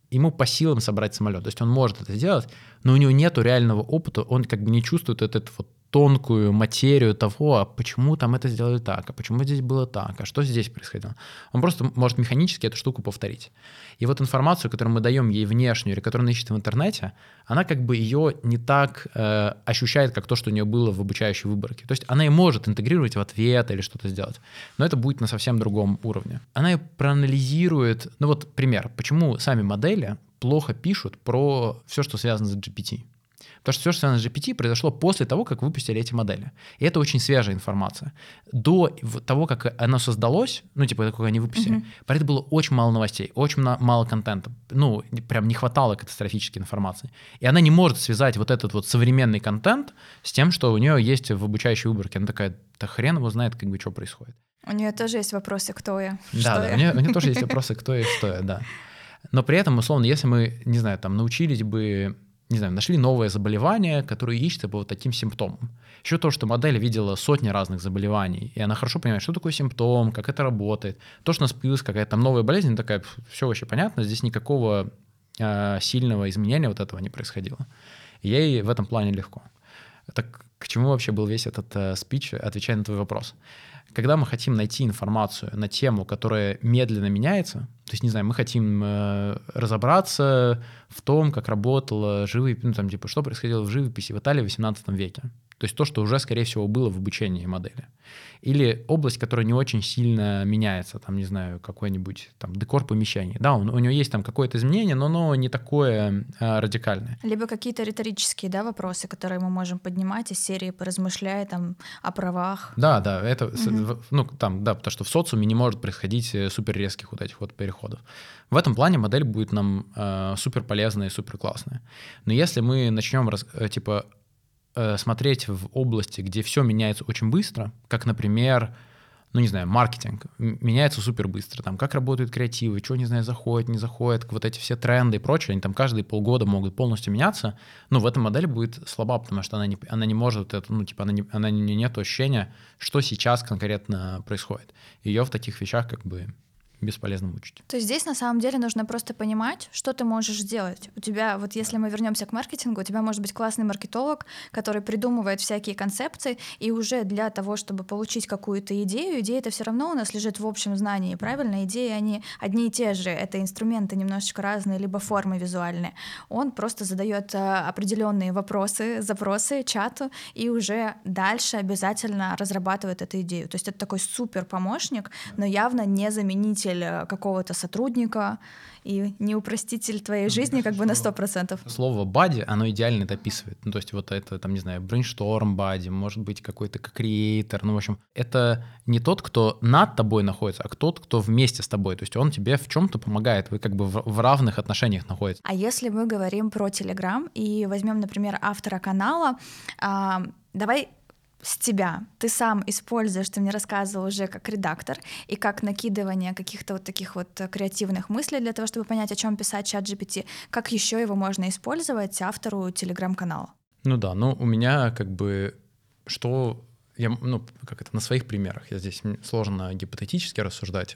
[SPEAKER 2] ему по силам собрать самолет. То есть он может это сделать, но у него нет реального опыта, он как бы не чувствует вот эту вот тонкую материю того, а почему там это сделали так, а почему здесь было так, а что здесь происходило. Он просто может механически эту штуку повторить. И вот информацию, которую мы даем ей внешнюю, или которую она ищет в интернете, она как бы ее не так э, ощущает, как то, что у нее было в обучающей выборке. То есть она и может интегрировать в ответ или что-то сделать, но это будет на совсем другом уровне. Она ее проанализирует, ну вот пример, почему сами модели плохо пишут про все, что связано с джи пи ти. Потому что все, что связано с джи пи ти, произошло после того, как выпустили эти модели. И это очень свежая информация. До того, как оно создалось, ну, типа, как они выпустили, mm-hmm. про это было очень мало новостей, очень мало контента. Ну, прям не хватало катастрофической информации. И она не может связать вот этот вот современный контент с тем, что у нее есть в обучающей выборке. Она такая, да хрен его знает, как бы, что происходит.
[SPEAKER 1] У нее тоже есть вопросы, кто я,
[SPEAKER 2] да,
[SPEAKER 1] что
[SPEAKER 2] да,
[SPEAKER 1] я.
[SPEAKER 2] У нее, у нее тоже есть вопросы, кто я, что я, да. Но при этом, условно, если мы, не знаю, там, научились бы... не знаю, нашли новое заболевание, которое ищется по вот таким симптомам. Еще то, что модель видела сотни разных заболеваний, и она хорошо понимает, что такое симптом, как это работает. То, что у нас появилась какая-то там новая болезнь, такая, все вообще понятно, здесь никакого э, сильного изменения вот этого не происходило. И ей в этом плане легко. Так к чему вообще был весь этот э, спич, отвечая на твой вопрос? Когда мы хотим найти информацию на тему, которая медленно меняется, то есть, не знаю, мы хотим э, разобраться в том, как работала живопись, ну, там, типа, что происходило в живописи в Италии в восемнадцатом веке. То есть то, что уже, скорее всего, было в обучении модели. Или область, которая не очень сильно меняется, там, не знаю, какой-нибудь там декор помещений. Да, он, у него есть там какое-то изменение, но оно не такое а, радикальное.
[SPEAKER 1] Либо какие-то риторические, да, вопросы, которые мы можем поднимать из серии «Поразмышляй там о правах».
[SPEAKER 2] Да, да, это,
[SPEAKER 1] угу.
[SPEAKER 2] ну, там, да, потому что в социуме не может происходить супер резких вот этих вот переходов. В этом плане модель будет нам э, супер полезная и супер классная. Но если мы начнем, раз, э, типа, смотреть в области, где все меняется очень быстро, как, например, ну, не знаю, маркетинг меняется супер быстро, там, как работают креативы, что, не знаю, заходит, не заходит, вот эти все тренды и прочее, они там каждые полгода могут полностью меняться, ну, в этом модели будет слаба, потому что она не, она не может, это, ну, типа, она не, она не, нет ощущения, что сейчас конкретно происходит. Ее в таких вещах как бы бесполезно мучить.
[SPEAKER 1] То есть здесь на самом деле нужно просто понимать, что ты можешь сделать. У тебя, вот если мы вернемся к маркетингу, у тебя может быть классный маркетолог, который придумывает всякие концепции, и уже для того, чтобы получить какую-то идею, идея это все равно у нас лежит в общем знании, правильно? Идеи, они одни и те же, это инструменты немножечко разные, либо формы визуальные. Он просто задает определенные вопросы, запросы чату, и уже дальше обязательно разрабатывает эту идею. То есть это такой супер помощник, но явно не заменитель какого-то сотрудника и не упроститель твоей жизни как бы на сто процентов.
[SPEAKER 2] Слово «бади», оно идеально это описывает. Ну, то есть вот это, там, не знаю, брейншторм бади, может быть, какой-то креатор, ну, в общем, это не тот, кто над тобой находится, а тот, кто вместе с тобой. То есть он тебе в чем-то помогает, вы как бы в, в равных отношениях находитесь.
[SPEAKER 1] А если мы говорим про Telegram и возьмем, например, автора канала, а, давай с тебя. Ты сам используешь, ты мне рассказывал уже как редактор и как накидывание каких-то вот таких вот креативных мыслей для того, чтобы понять, о чем писать чат джи пи ти. Как еще его можно использовать автору телеграм-канала?
[SPEAKER 2] Ну да, ну у меня как бы что... Я, ну, как это, на своих примерах. Я здесь сложно гипотетически рассуждать.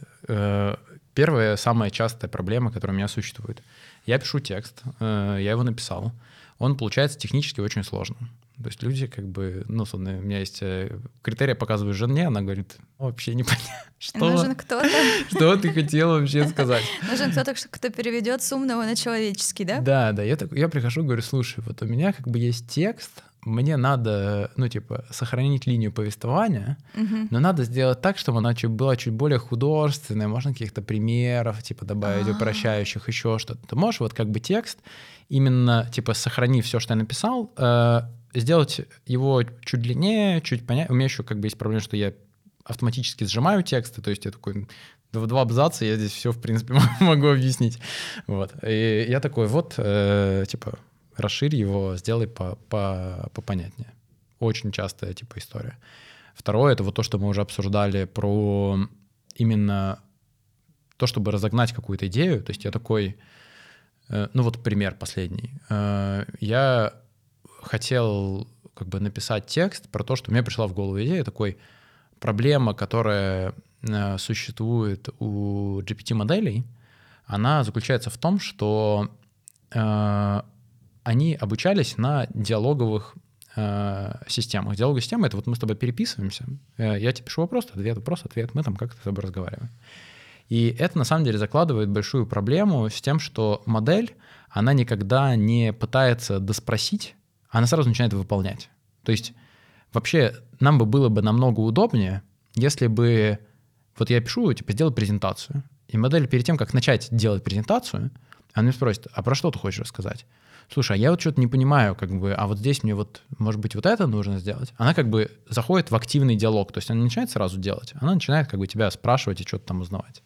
[SPEAKER 2] Первая, самая частая проблема, которая у меня существует. Я пишу текст, я его написал. Он получается технически очень сложным. То есть люди как бы, ну, у меня есть критерии, показываю жене, она говорит, вообще не понятно, что,
[SPEAKER 1] нужен кто-то.
[SPEAKER 2] Что ты хотела вообще сказать.
[SPEAKER 1] Нужен кто-то, кто переведет с умного на человеческий, да?
[SPEAKER 2] Да, да, я, так, я прихожу, говорю, слушай, вот у меня как бы есть текст, мне надо, ну, типа, сохранить линию повествования, угу. но надо сделать так, чтобы она чуть, была чуть более художественная, можно каких-то примеров, типа, добавить А-а-а. упрощающих, еще что-то. Ты можешь вот как бы текст, именно, типа, сохранив все, что я написал, э- сделать его чуть длиннее, чуть понятнее. У меня еще как бы есть проблема, что я автоматически сжимаю тексты, то есть я такой, в два абзаца я здесь все, в принципе, могу объяснить. Вот. И я такой, вот, э, типа, расширь его, сделай по, по, попонятнее. Очень частая, типа, история. Второе, это вот то, что мы уже обсуждали про именно то, чтобы разогнать какую-то идею. То есть я такой, э, ну вот пример последний. Э, я хотел как бы написать текст про то, что мне пришла в голову идея, такой проблема, которая э, существует у джи пи ти-моделей, она заключается в том, что э, они обучались на диалоговых э, системах. Диалоговая система — это вот мы с тобой переписываемся, э, я тебе пишу вопрос, ответ, вопрос, ответ, мы там как-то с тобой разговариваем. И это на самом деле закладывает большую проблему с тем, что модель, она никогда не пытается доспросить, она сразу начинает выполнять. То есть вообще нам бы было бы намного удобнее, если бы вот я пишу, типа, сделай презентацию, и модель перед тем, как начать делать презентацию, она меня спросит, а про что ты хочешь рассказать? Слушай, а я вот что-то не понимаю, как бы, а вот здесь мне вот, может быть, вот это нужно сделать. Она как бы заходит в активный диалог, то есть она не начинает сразу делать, она начинает как бы тебя спрашивать и что-то там узнавать.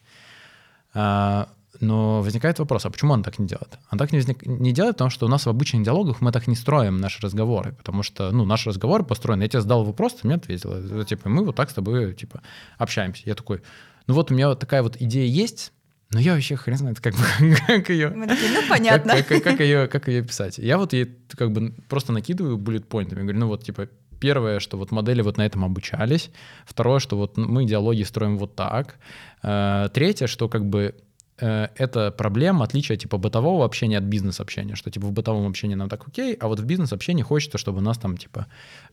[SPEAKER 2] А, но возникает вопрос, а почему она так не делает? Она так не, возник... не делает, потому что у нас в обычных диалогах мы так не строим наши разговоры, потому что, ну, наши разговоры построены, я тебе задал вопрос, ты мне ответила, типа, мы вот так с тобой, типа, общаемся. Я такой, ну вот у меня вот такая вот идея есть, но я вообще хрен знает, как, как ее...
[SPEAKER 1] Мы такие, ну, понятно.
[SPEAKER 2] Как, как, как, ее, как ее писать. Я вот ей как бы просто накидываю буллет-поинтами, говорю, ну вот, типа, первое, что вот модели вот на этом обучались, второе, что вот мы диалоги строим вот так, третье, что как бы это проблема, отличие типа бытового общения от бизнес-общения, что типа в бытовом общении нам так окей, а вот в бизнес-общении хочется, чтобы у нас там типа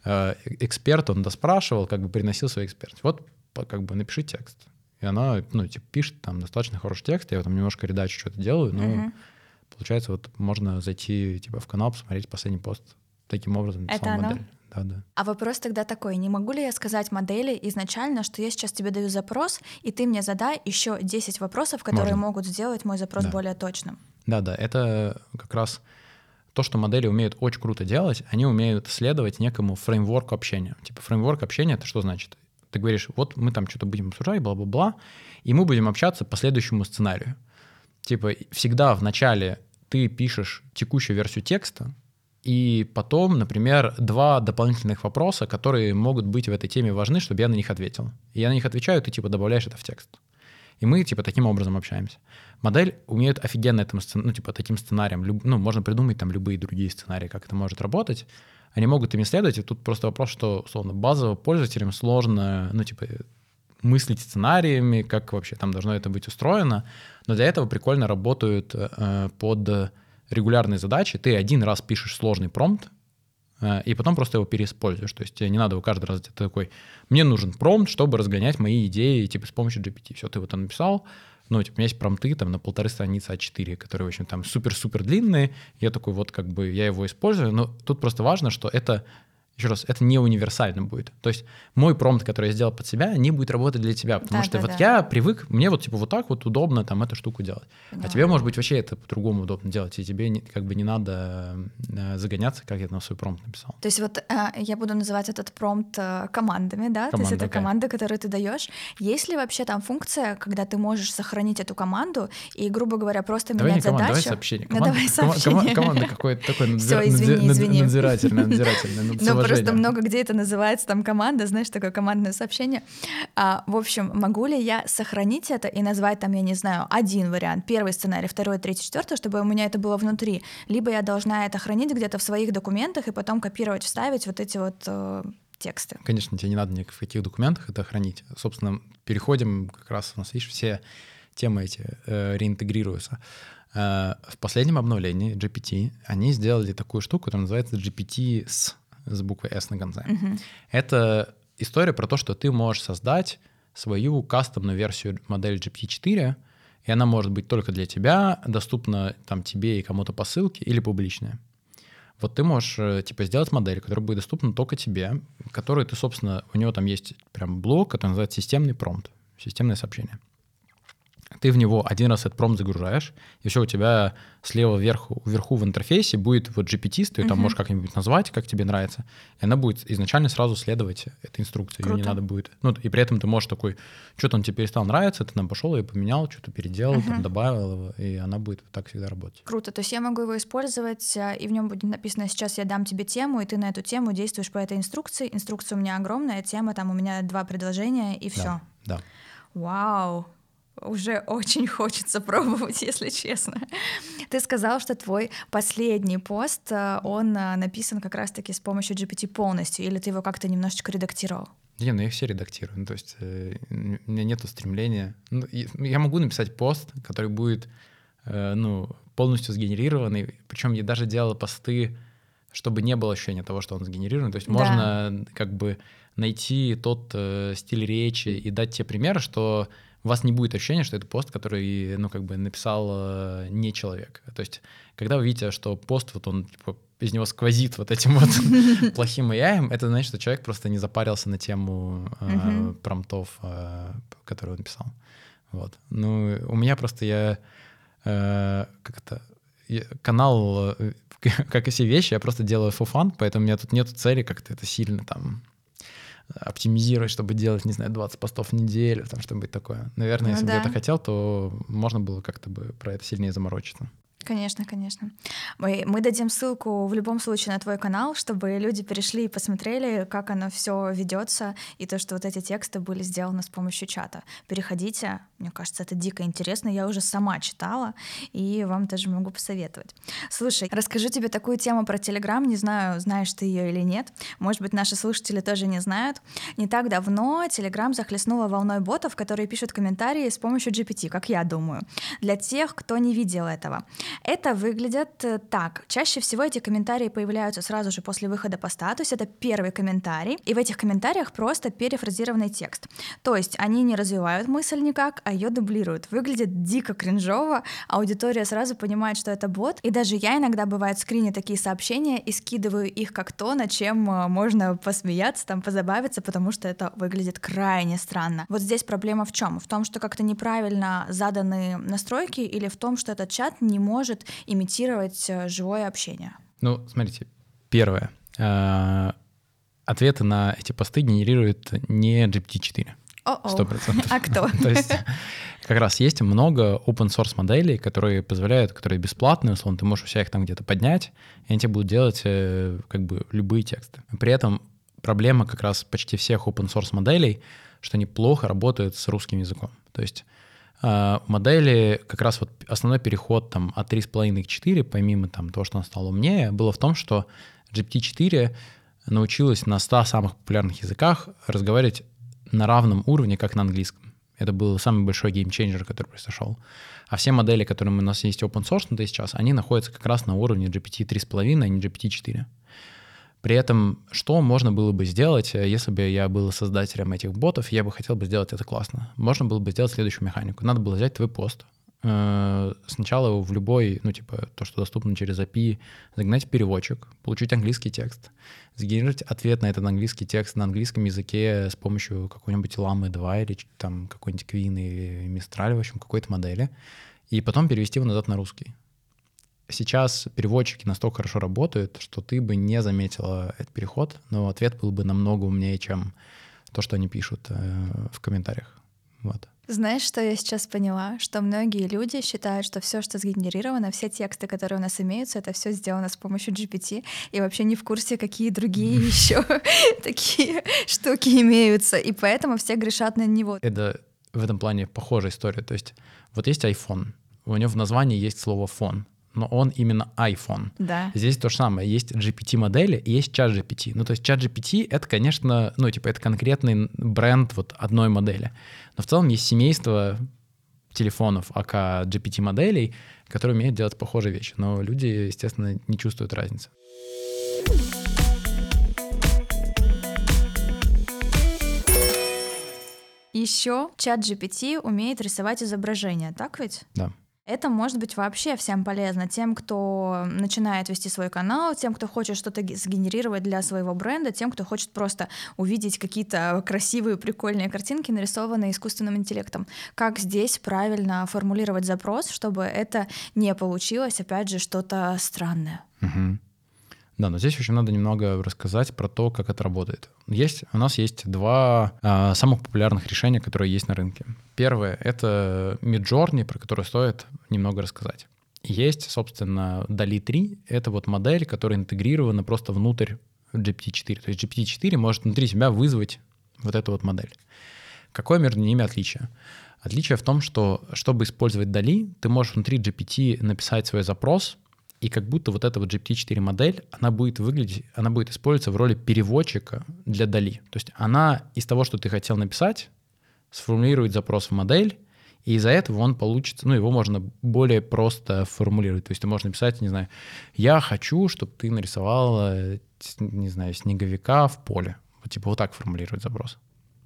[SPEAKER 2] эксперт, он доспрашивал, как бы приносил свой эксперт. Вот как бы напиши текст. И она, ну, типа, пишет там достаточно хороший текст, я там немножко редачу, что-то делаю, но uh-huh. получается, вот можно зайти типа в канал, посмотреть последний пост, таким образом написала модель. Да, да.
[SPEAKER 1] А вопрос тогда такой, не могу ли я сказать модели изначально, что я сейчас тебе даю запрос, и ты мне задай еще десять вопросов, которые можно. Могут сделать мой запрос
[SPEAKER 2] да.
[SPEAKER 1] более точным?
[SPEAKER 2] Да, да, это как раз то, что модели умеют очень круто делать, они умеют следовать некому фреймворку общения. Типа фреймворк общения — это что значит? Ты говоришь, вот мы там что-то будем обсуждать, бла-бла-бла, и мы будем общаться по следующему сценарию. Типа всегда вначале ты пишешь текущую версию текста, и потом, например, два дополнительных вопроса, которые могут быть в этой теме важны, чтобы я на них ответил. И я на них отвечаю, ты типа добавляешь это в текст. И мы типа таким образом общаемся. Модель умеет офигенно этому, ну, типа, таким сценарием, люб, ну, можно придумать там любые другие сценарии, как это может работать. Они могут ими следовать, и тут просто вопрос, что, условно, базово пользователям сложно, ну, типа, мыслить сценариями, как вообще там должно это быть устроено, но для этого прикольно работают э, под регулярные задачи. Ты один раз пишешь сложный промпт, э, и потом просто его переиспользуешь. То есть тебе не надо его каждый раз, ты такой, мне нужен промпт, чтобы разгонять мои идеи, типа, с помощью джи пи ти. Все, ты вот написал, ну, типа, у меня есть промпты там на полторы страницы а четыре, которые, в общем, там супер-супер длинные. Я такой вот, как бы, я его использую, но тут просто важно, что это, еще раз, это не универсально будет. То есть мой промпт, который я сделал под себя, не будет работать для тебя, потому да, что да, вот да. я привык, мне вот, типа, вот так вот удобно там эту штуку делать. Понимаю. А тебе, может быть, вообще это по-другому удобно делать, и тебе не, как бы не надо загоняться, как я на свой промпт написал.
[SPEAKER 1] То есть вот э, я буду называть этот промпт э, командами, да? Команда, то есть это okay. команда, которую ты даешь. Есть ли вообще там функция, когда ты можешь сохранить эту команду и, грубо говоря, просто
[SPEAKER 2] давай
[SPEAKER 1] менять
[SPEAKER 2] не команда,
[SPEAKER 1] задачу?
[SPEAKER 2] Давай сообщение.
[SPEAKER 1] Ну, давай сообщение.
[SPEAKER 2] Команда, команда какой-то такой надзир,
[SPEAKER 1] Всё, извини,
[SPEAKER 2] надзир,
[SPEAKER 1] извини.
[SPEAKER 2] надзирательный, надзирательный.
[SPEAKER 1] Ну, просто много где это называется, там команда, знаешь, такое командное сообщение. А, в общем, могу ли я сохранить это и назвать там, я не знаю, один вариант, первый сценарий, второй, третий, четвертый, чтобы у меня это было внутри, либо я должна это хранить где-то в своих документах и потом копировать, вставить вот эти вот э, тексты?
[SPEAKER 2] Конечно, тебе не надо ни в каких документах это хранить. Собственно, переходим, как раз у нас, видишь, все темы эти э, реинтегрируются. Э, в последнем обновлении джи пи ти они сделали такую штуку, которая называется джи пи ти эс, с буквой S на конце. Uh-huh. Это история про то, что ты можешь создать свою кастомную версию модели джи пи ти четыре, и она может быть только для тебя, доступна там тебе и кому-то по ссылке или публичная. Вот ты можешь типа сделать модель, которая будет доступна только тебе, которую ты, собственно, у него там есть прям блок, который называется системный промпт, системное сообщение. Ты в него один раз этот промпт загружаешь, и все, у тебя слева вверху, вверху в интерфейсе будет вот джи пи ти, ты ее uh-huh. там можешь как-нибудь назвать, как тебе нравится, и она будет изначально сразу следовать этой инструкции. Круто. Ее не надо будет. Ну, и при этом ты можешь такой, что-то он тебе перестал нравиться, ты там пошел и поменял, что-то переделал, uh-huh. там добавил его, и она будет так всегда работать.
[SPEAKER 1] Круто. То есть я могу его использовать, и в нем будет написано: сейчас я дам тебе тему, и ты на эту тему действуешь по этой инструкции. Инструкция у меня огромная, тема, там у меня два предложения, и все.
[SPEAKER 2] Да, да.
[SPEAKER 1] Вау! Уже очень хочется пробовать, если честно. Ты сказал, что твой последний пост, он написан как раз-таки с помощью джи пи ти полностью, или ты его как-то немножечко редактировал?
[SPEAKER 2] Не, ну я их все редактирую. Ну, то есть э, у меня нету стремления. Ну, я могу написать пост, который будет э, ну, полностью сгенерированный. Причем я даже делал посты, чтобы не было ощущения того, что он сгенерирован. То есть
[SPEAKER 1] Да.
[SPEAKER 2] можно как бы найти тот э, стиль речи и дать те примеры, что у вас не будет ощущения, что это пост, который, ну, как бы написал э, не человек. То есть когда вы видите, что пост, вот он, типа, из него сквозит вот этим вот плохим эй ай, это значит, что человек просто не запарился на тему э, промптов, э, которые он писал. Вот. Ну, у меня просто я э, как-то канал, как и все вещи, я просто делаю for fun, поэтому у меня тут нет цели как-то это сильно там оптимизировать, чтобы делать, не знаю, двадцать постов в неделю, там что-нибудь такое. Наверное,
[SPEAKER 1] Ну
[SPEAKER 2] если
[SPEAKER 1] да.
[SPEAKER 2] бы я это хотел, то можно было как-то бы про это сильнее заморочиться.
[SPEAKER 1] Конечно, конечно. Мы, мы дадим ссылку в любом случае на твой канал, чтобы люди перешли и посмотрели, как оно все ведется, и то, что вот эти тексты были сделаны с помощью чата. Переходите, мне кажется, это дико интересно. Я уже сама читала, и вам тоже могу посоветовать. Слушай, расскажу тебе такую тему про Telegram. Не знаю, знаешь ты ее или нет. Может быть, наши слушатели тоже не знают. Не так давно Telegram захлестнула волной ботов, которые пишут комментарии с помощью джи пи ти, как я думаю. Для тех, кто не видел этого. Это выглядит так. Чаще всего эти комментарии появляются сразу же после выхода поста, то есть это первый комментарий, и в этих комментариях просто перефразированный текст. То есть они не развивают мысль никак, а ее дублируют. Выглядит дико кринжово, аудитория сразу понимает, что это бот, и даже я иногда, бывает, скриню такие сообщения и скидываю их как то, над чем можно посмеяться, там, позабавиться, потому что это выглядит крайне странно. Вот здесь проблема в чем? В том, что как-то неправильно заданы настройки, или в том, что этот чат не может может имитировать живое общение?
[SPEAKER 2] Ну, смотрите, первое. Ответы на эти посты генерирует не джи пи ти четыре. Сто процентов.
[SPEAKER 1] А кто?
[SPEAKER 2] То есть как раз есть много open-source моделей, которые позволяют, которые бесплатные, условно, ты можешь у себя их там где-то поднять, и они тебе будут делать как бы любые тексты. При этом проблема как раз почти всех open-source моделей, что они плохо работают с русским языком. То есть модели, как раз вот основной переход там от три с половиной к четыре, помимо там того, что он стал умнее, было в том, что джи пи ти четыре научилась на ста самых популярных языках разговаривать на равном уровне, как на английском. Это был самый большой геймчейнджер, который произошел. А все модели, которые у нас есть open source сейчас, они находятся как раз на уровне джи пи ти три с половиной, а не джи пи ти четыре. При этом, что можно было бы сделать, если бы я был создателем этих ботов, я бы хотел бы сделать это классно. Можно было бы сделать следующую механику. Надо было взять твой пост, сначала в любой, ну, типа, то, что доступно через эй пи ай, загнать в переводчик, получить английский текст, сгенерировать ответ на этот английский текст на английском языке с помощью какой-нибудь ламы два или там какой-нибудь Queen или Mistral, в общем, какой-то модели, и потом перевести его назад на русский. Сейчас переводчики настолько хорошо работают, что ты бы не заметила этот переход, но ответ был бы намного умнее, чем то, что они пишут э, в комментариях. Вот.
[SPEAKER 1] Знаешь, что я сейчас поняла? Что многие люди считают, что все, что сгенерировано, все тексты, которые у нас имеются, это все сделано с помощью джи пи ти, и вообще не в курсе, какие другие еще такие штуки имеются, и поэтому все грешат на него.
[SPEAKER 2] Это в этом плане похожая история. То есть вот есть iPhone, у него в названии есть слово «фон», но он именно iPhone.
[SPEAKER 1] Да.
[SPEAKER 2] Здесь то же самое. Есть джи пи ти-модели и есть чат джи пи ти. Ну, то есть чат джи пи ти — это, конечно, ну, типа, это конкретный бренд вот одной модели. Но в целом есть семейство телефонов АК джи пи ти-моделей, которые умеют делать похожие вещи. Но люди, естественно, не чувствуют разницы.
[SPEAKER 1] Еще чат джи пи ти умеет рисовать изображения, так ведь?
[SPEAKER 2] Да.
[SPEAKER 1] Это может быть вообще всем полезно. Тем, кто начинает вести свой канал, тем, кто хочет что-то сгенерировать для своего бренда, тем, кто хочет просто увидеть какие-то красивые, прикольные картинки, нарисованные искусственным интеллектом. Как здесь правильно формулировать запрос, чтобы это не получилось, опять же, что-то странное?
[SPEAKER 2] Угу. Да, но здесь еще надо немного рассказать про то, как это работает. Есть, у нас есть два а, самых популярных решения, которые есть на рынке. Первое — это Midjourney, про которую стоит немного рассказать. Есть, собственно, дали три. Это вот модель, которая интегрирована просто внутрь джи пи ти четыре. То есть джи пи ти четыре может внутри себя вызвать вот эту вот модель. Какое между ними отличие? Отличие в том, что, чтобы использовать дали, ты можешь внутри джи пи ти написать свой запрос, и как будто вот эта вот джи пи ти четыре модель, она будет выглядеть, она будет использоваться в роли переводчика для дали. То есть она из того, что ты хотел написать, сформулирует запрос в модель И из-за этого он получится, ну, его можно более просто формулировать. То есть ты можешь написать, не знаю, я хочу, чтобы ты нарисовала, не знаю, снеговика в поле. Вот типа вот так формулировать запрос.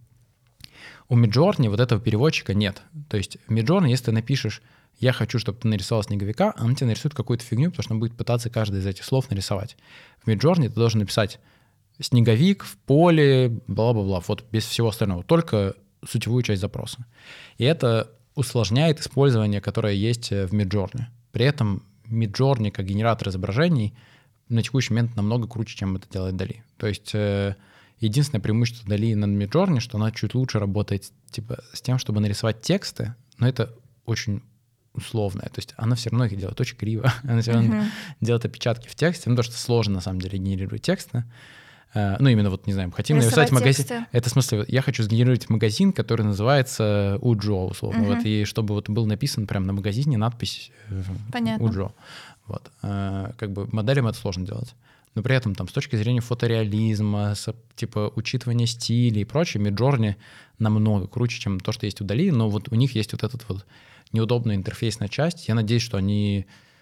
[SPEAKER 2] У Midjourney вот этого переводчика нет. То есть в Midjourney, если ты напишешь «я хочу, чтобы ты нарисовал снеговика», он тебе нарисует какую-то фигню, потому что он будет пытаться каждый из этих слов нарисовать. В Midjourney ты должен написать «снеговик в поле», бла-бла-бла, вот без всего остального, только сутевую часть запроса. И это усложняет использование, которое есть в Midjourney. При этом Midjourney как генератор изображений на текущий момент намного круче, чем это делает Dall-E. То есть э, единственное преимущество Dall-E над Midjourney, что она чуть лучше работает типа с тем, чтобы нарисовать тексты, но это очень условное. То есть она все равно их делает очень криво. Она все равно uh-huh. делает опечатки в тексте, ну, потому что сложно на самом деле генерировать тексты. Ну, именно вот, не знаю, хотим нарисовать магазин. Это в смысле, я хочу сгенерировать магазин, который называется Уджо, условно. Uh-huh. Вот, и чтобы вот был написан прямо на магазине надпись Уджо. Вот. Как бы моделям это сложно делать. Но при этом там с точки зрения фотореализма, с, типа учитывания стиля и прочее, Midjourney намного круче, чем то, что есть у Dall-E, но вот у них есть вот этот вот неудобная интерфейсная часть. Я надеюсь, что они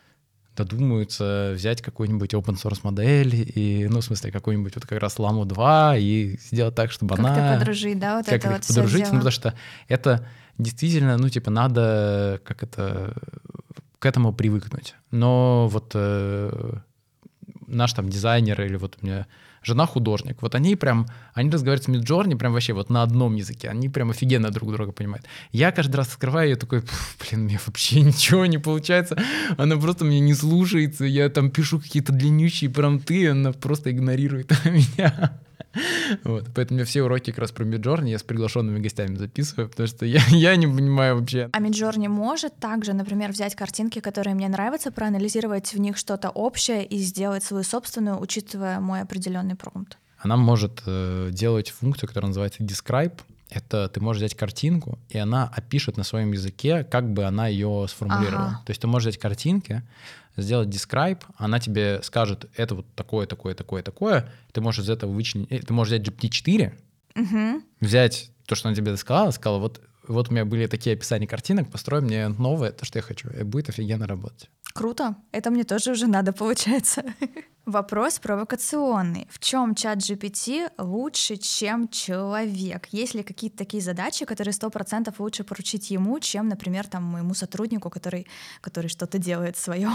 [SPEAKER 2] додумаются взять какую-нибудь open-source модель, и, ну, в смысле, какую-нибудь вот как раз ламу два, и сделать так, чтобы
[SPEAKER 1] как-то
[SPEAKER 2] она...
[SPEAKER 1] Как-то подружить, да, вот
[SPEAKER 2] как
[SPEAKER 1] это вот
[SPEAKER 2] подружить,
[SPEAKER 1] все
[SPEAKER 2] ну, потому что это действительно, ну, типа, надо как это... к этому привыкнуть. Но вот э, наш там дизайнер или вот у меня жена художник, вот они прям, они разговаривают с Midjourney прям вообще вот на одном языке, они прям офигенно друг друга понимают. Я каждый раз открываю ее такой, блин, мне вообще ничего не получается, она просто меня не слушается, я там пишу какие-то длиннющие промпты, она просто игнорирует меня. Вот, поэтому я все уроки как раз про Midjourney я с приглашенными гостями записываю, потому что я, я не понимаю вообще.
[SPEAKER 1] А Midjourney может также, например, взять картинки, которые мне нравятся, проанализировать в них что-то общее и сделать свою собственную, учитывая мой определенный промпт?
[SPEAKER 2] Она может э, делать функцию, которая называется Describe. Это ты можешь взять картинку, и она опишет на своем языке, как бы она ее сформулировала. Ага. То есть ты можешь взять картинки, сделать describe, она тебе скажет, это вот такое, такое, такое, такое. Ты можешь из этого вычленить, ты можешь взять джи пи ти четыре, угу. взять то, что она тебе сказала, сказала, вот, вот у меня были такие описания картинок, построй мне новое, то, что я хочу, и будет офигенно работать.
[SPEAKER 1] Круто, это мне тоже уже надо, получается. Вопрос провокационный. В чем чат джи пи ти лучше, чем человек? Есть ли какие-то такие задачи, которые сто процентов лучше поручить ему, чем, например, там, моему сотруднику, который, который что-то делает свое?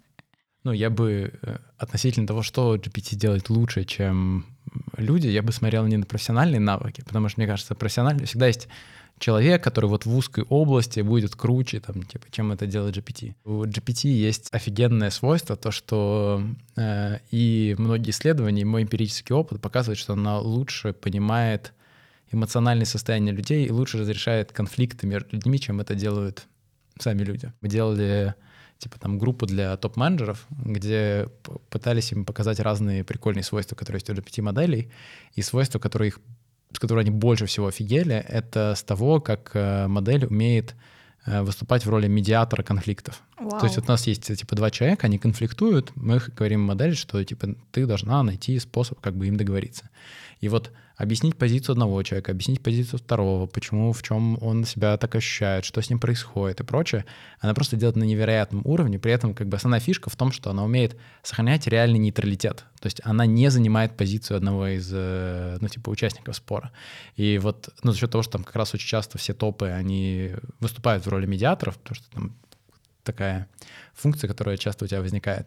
[SPEAKER 2] Ну, я бы относительно того, что джи пи ти делает лучше, чем люди, я бы смотрел не на профессиональные навыки, потому что, мне кажется, профессионально всегда есть человек, который вот в узкой области будет круче, там, типа, чем это делает джи пи ти. У джи пи ти есть офигенное свойство, то, что э, и многие исследования, и мой эмпирический опыт показывает, что она лучше понимает эмоциональное состояние людей и лучше разрешает конфликты между людьми, чем это делают сами люди. Мы делали типа там группу для топ-менеджеров, где пытались им показать разные прикольные свойства, которые есть у джи пи ти-моделей, и свойства, которые их с которой они больше всего офигели, это с того, как модель умеет выступать в роли медиатора конфликтов. Wow. То есть вот у нас есть типа два человека, они конфликтуют, мы говорим модели, что типа ты должна найти способ как бы им договориться. И вот объяснить позицию одного человека, объяснить позицию второго, почему, в чем он себя так ощущает, что с ним происходит и прочее, она просто делает на невероятном уровне, при этом как бы основная фишка в том, что она умеет сохранять реальный нейтралитет, то есть она не занимает позицию одного из, ну, типа, участников спора. И вот, ну, за счет того, что там как раз очень часто все топы, они выступают в роли медиаторов, потому что там такая функция, которая часто у тебя возникает,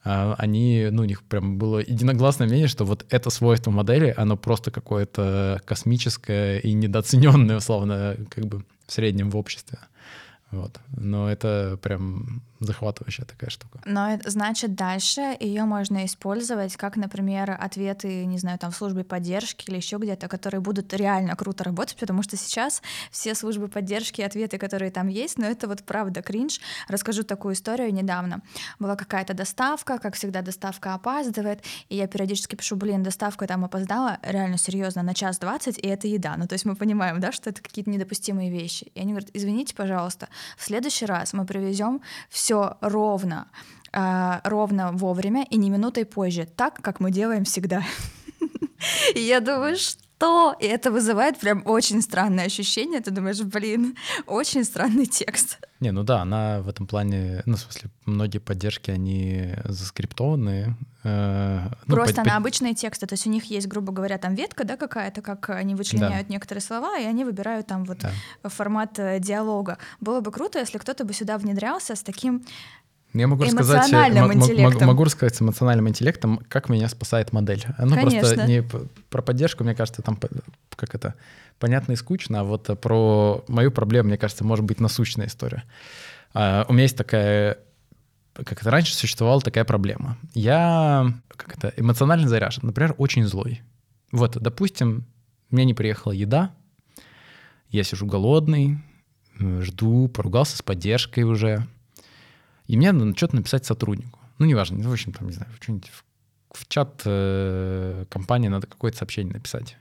[SPEAKER 2] они, ну, у них прям было единогласное мнение, что вот это свойство модели, оно просто какое-то космическое и недооцененное, условно, как бы в среднем в обществе. Вот. Но это прям захватывающая такая штука.
[SPEAKER 1] Но это значит, дальше ее можно использовать как, например, ответы, не знаю, там в службе поддержки или еще где-то, которые будут реально круто работать, потому что сейчас все службы поддержки и ответы, которые там есть, но это вот правда кринж. Расскажу такую историю недавно. Была какая-то доставка, как всегда доставка опаздывает, и я периодически пишу, блин, доставка там опоздала, реально серьезно, на час двадцать, и это еда. Ну то есть мы понимаем, да, что это какие-то недопустимые вещи. И они говорят, извините, пожалуйста, в следующий раз мы привезем все ровно, э, ровно вовремя и не минутой позже, так, как мы делаем всегда. И я думаю, что что? И это вызывает прям очень странное ощущение. Ты думаешь, блин, очень странный текст.
[SPEAKER 2] Не, ну да, она в этом плане, ну, в смысле, многие поддержки, они заскриптованные. Э, ну,
[SPEAKER 1] Просто
[SPEAKER 2] по,
[SPEAKER 1] на
[SPEAKER 2] по...
[SPEAKER 1] обычные тексты, то есть у них есть, грубо говоря, там ветка, да, какая-то, как они вычленяют да. некоторые слова, и они выбирают там вот да. формат диалога. Было бы круто, если кто-то бы сюда внедрялся с таким
[SPEAKER 2] Я могу
[SPEAKER 1] эмоциональным
[SPEAKER 2] сказать,
[SPEAKER 1] интеллектом.
[SPEAKER 2] Могу рассказать с эмоциональным интеллектом, как меня спасает модель. Ну,
[SPEAKER 1] Конечно.
[SPEAKER 2] Просто не про поддержку, мне кажется, там как это понятно и скучно, а вот про мою проблему, мне кажется, может быть насущная история. Uh, у меня есть такая, как это раньше существовала такая проблема. Я как это, эмоционально заряжен, например, очень злой. Вот, допустим, мне не приехала еда, я сижу голодный, жду, поругался с поддержкой уже, и мне надо что-то написать сотруднику. Ну, неважно, в общем, там, не знаю, что-нибудь в, в чат э, компании надо какое-то сообщение написать.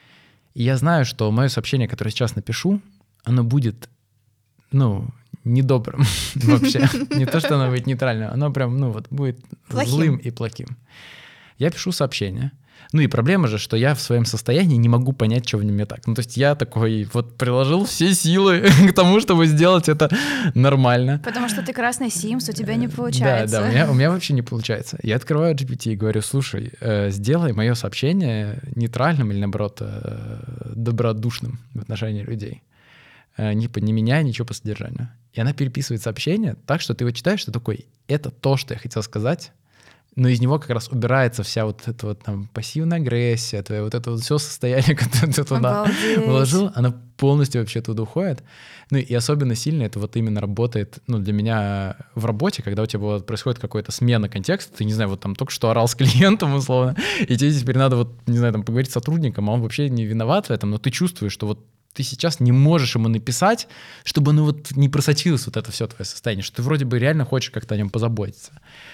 [SPEAKER 2] И я знаю, что мое сообщение, которое сейчас напишу, оно будет, ну, недобрым вообще. Не то, что оно будет нейтральным, оно прям, ну, вот будет плохим. Злым и плохим. Я пишу сообщение. Ну и проблема же, что я в своем состоянии не могу понять, что в нем не так. Ну то есть я такой вот приложил все силы к тому, чтобы сделать это нормально.
[SPEAKER 1] Потому что ты красный Симс, у тебя не получается.
[SPEAKER 2] Да, да, у меня, у меня вообще не получается. Я открываю джи пи ти и говорю, слушай, э, сделай мое сообщение нейтральным или, наоборот, э, добродушным в отношении людей. Э, не, не меняя ничего по содержанию. И она переписывает сообщение так, что ты его читаешь, что такой, это то, что я хотел сказать, но из него как раз убирается вся вот эта вот там пассивная агрессия, твое вот это вот все состояние, которое ты туда вложил, оно полностью вообще туда уходит. Ну и особенно сильно это вот именно работает, ну, для меня в работе, когда у тебя вот происходит какая-то смена контекста, ты, не знаю, вот там только что орал с клиентом, условно, и тебе теперь надо вот, не знаю, там поговорить с сотрудником, а он вообще не виноват в этом, но ты чувствуешь, что вот ты сейчас не можешь ему написать, чтобы оно вот не просочилось вот это все твое состояние, что ты вроде бы реально хочешь как-то о нем позаботиться.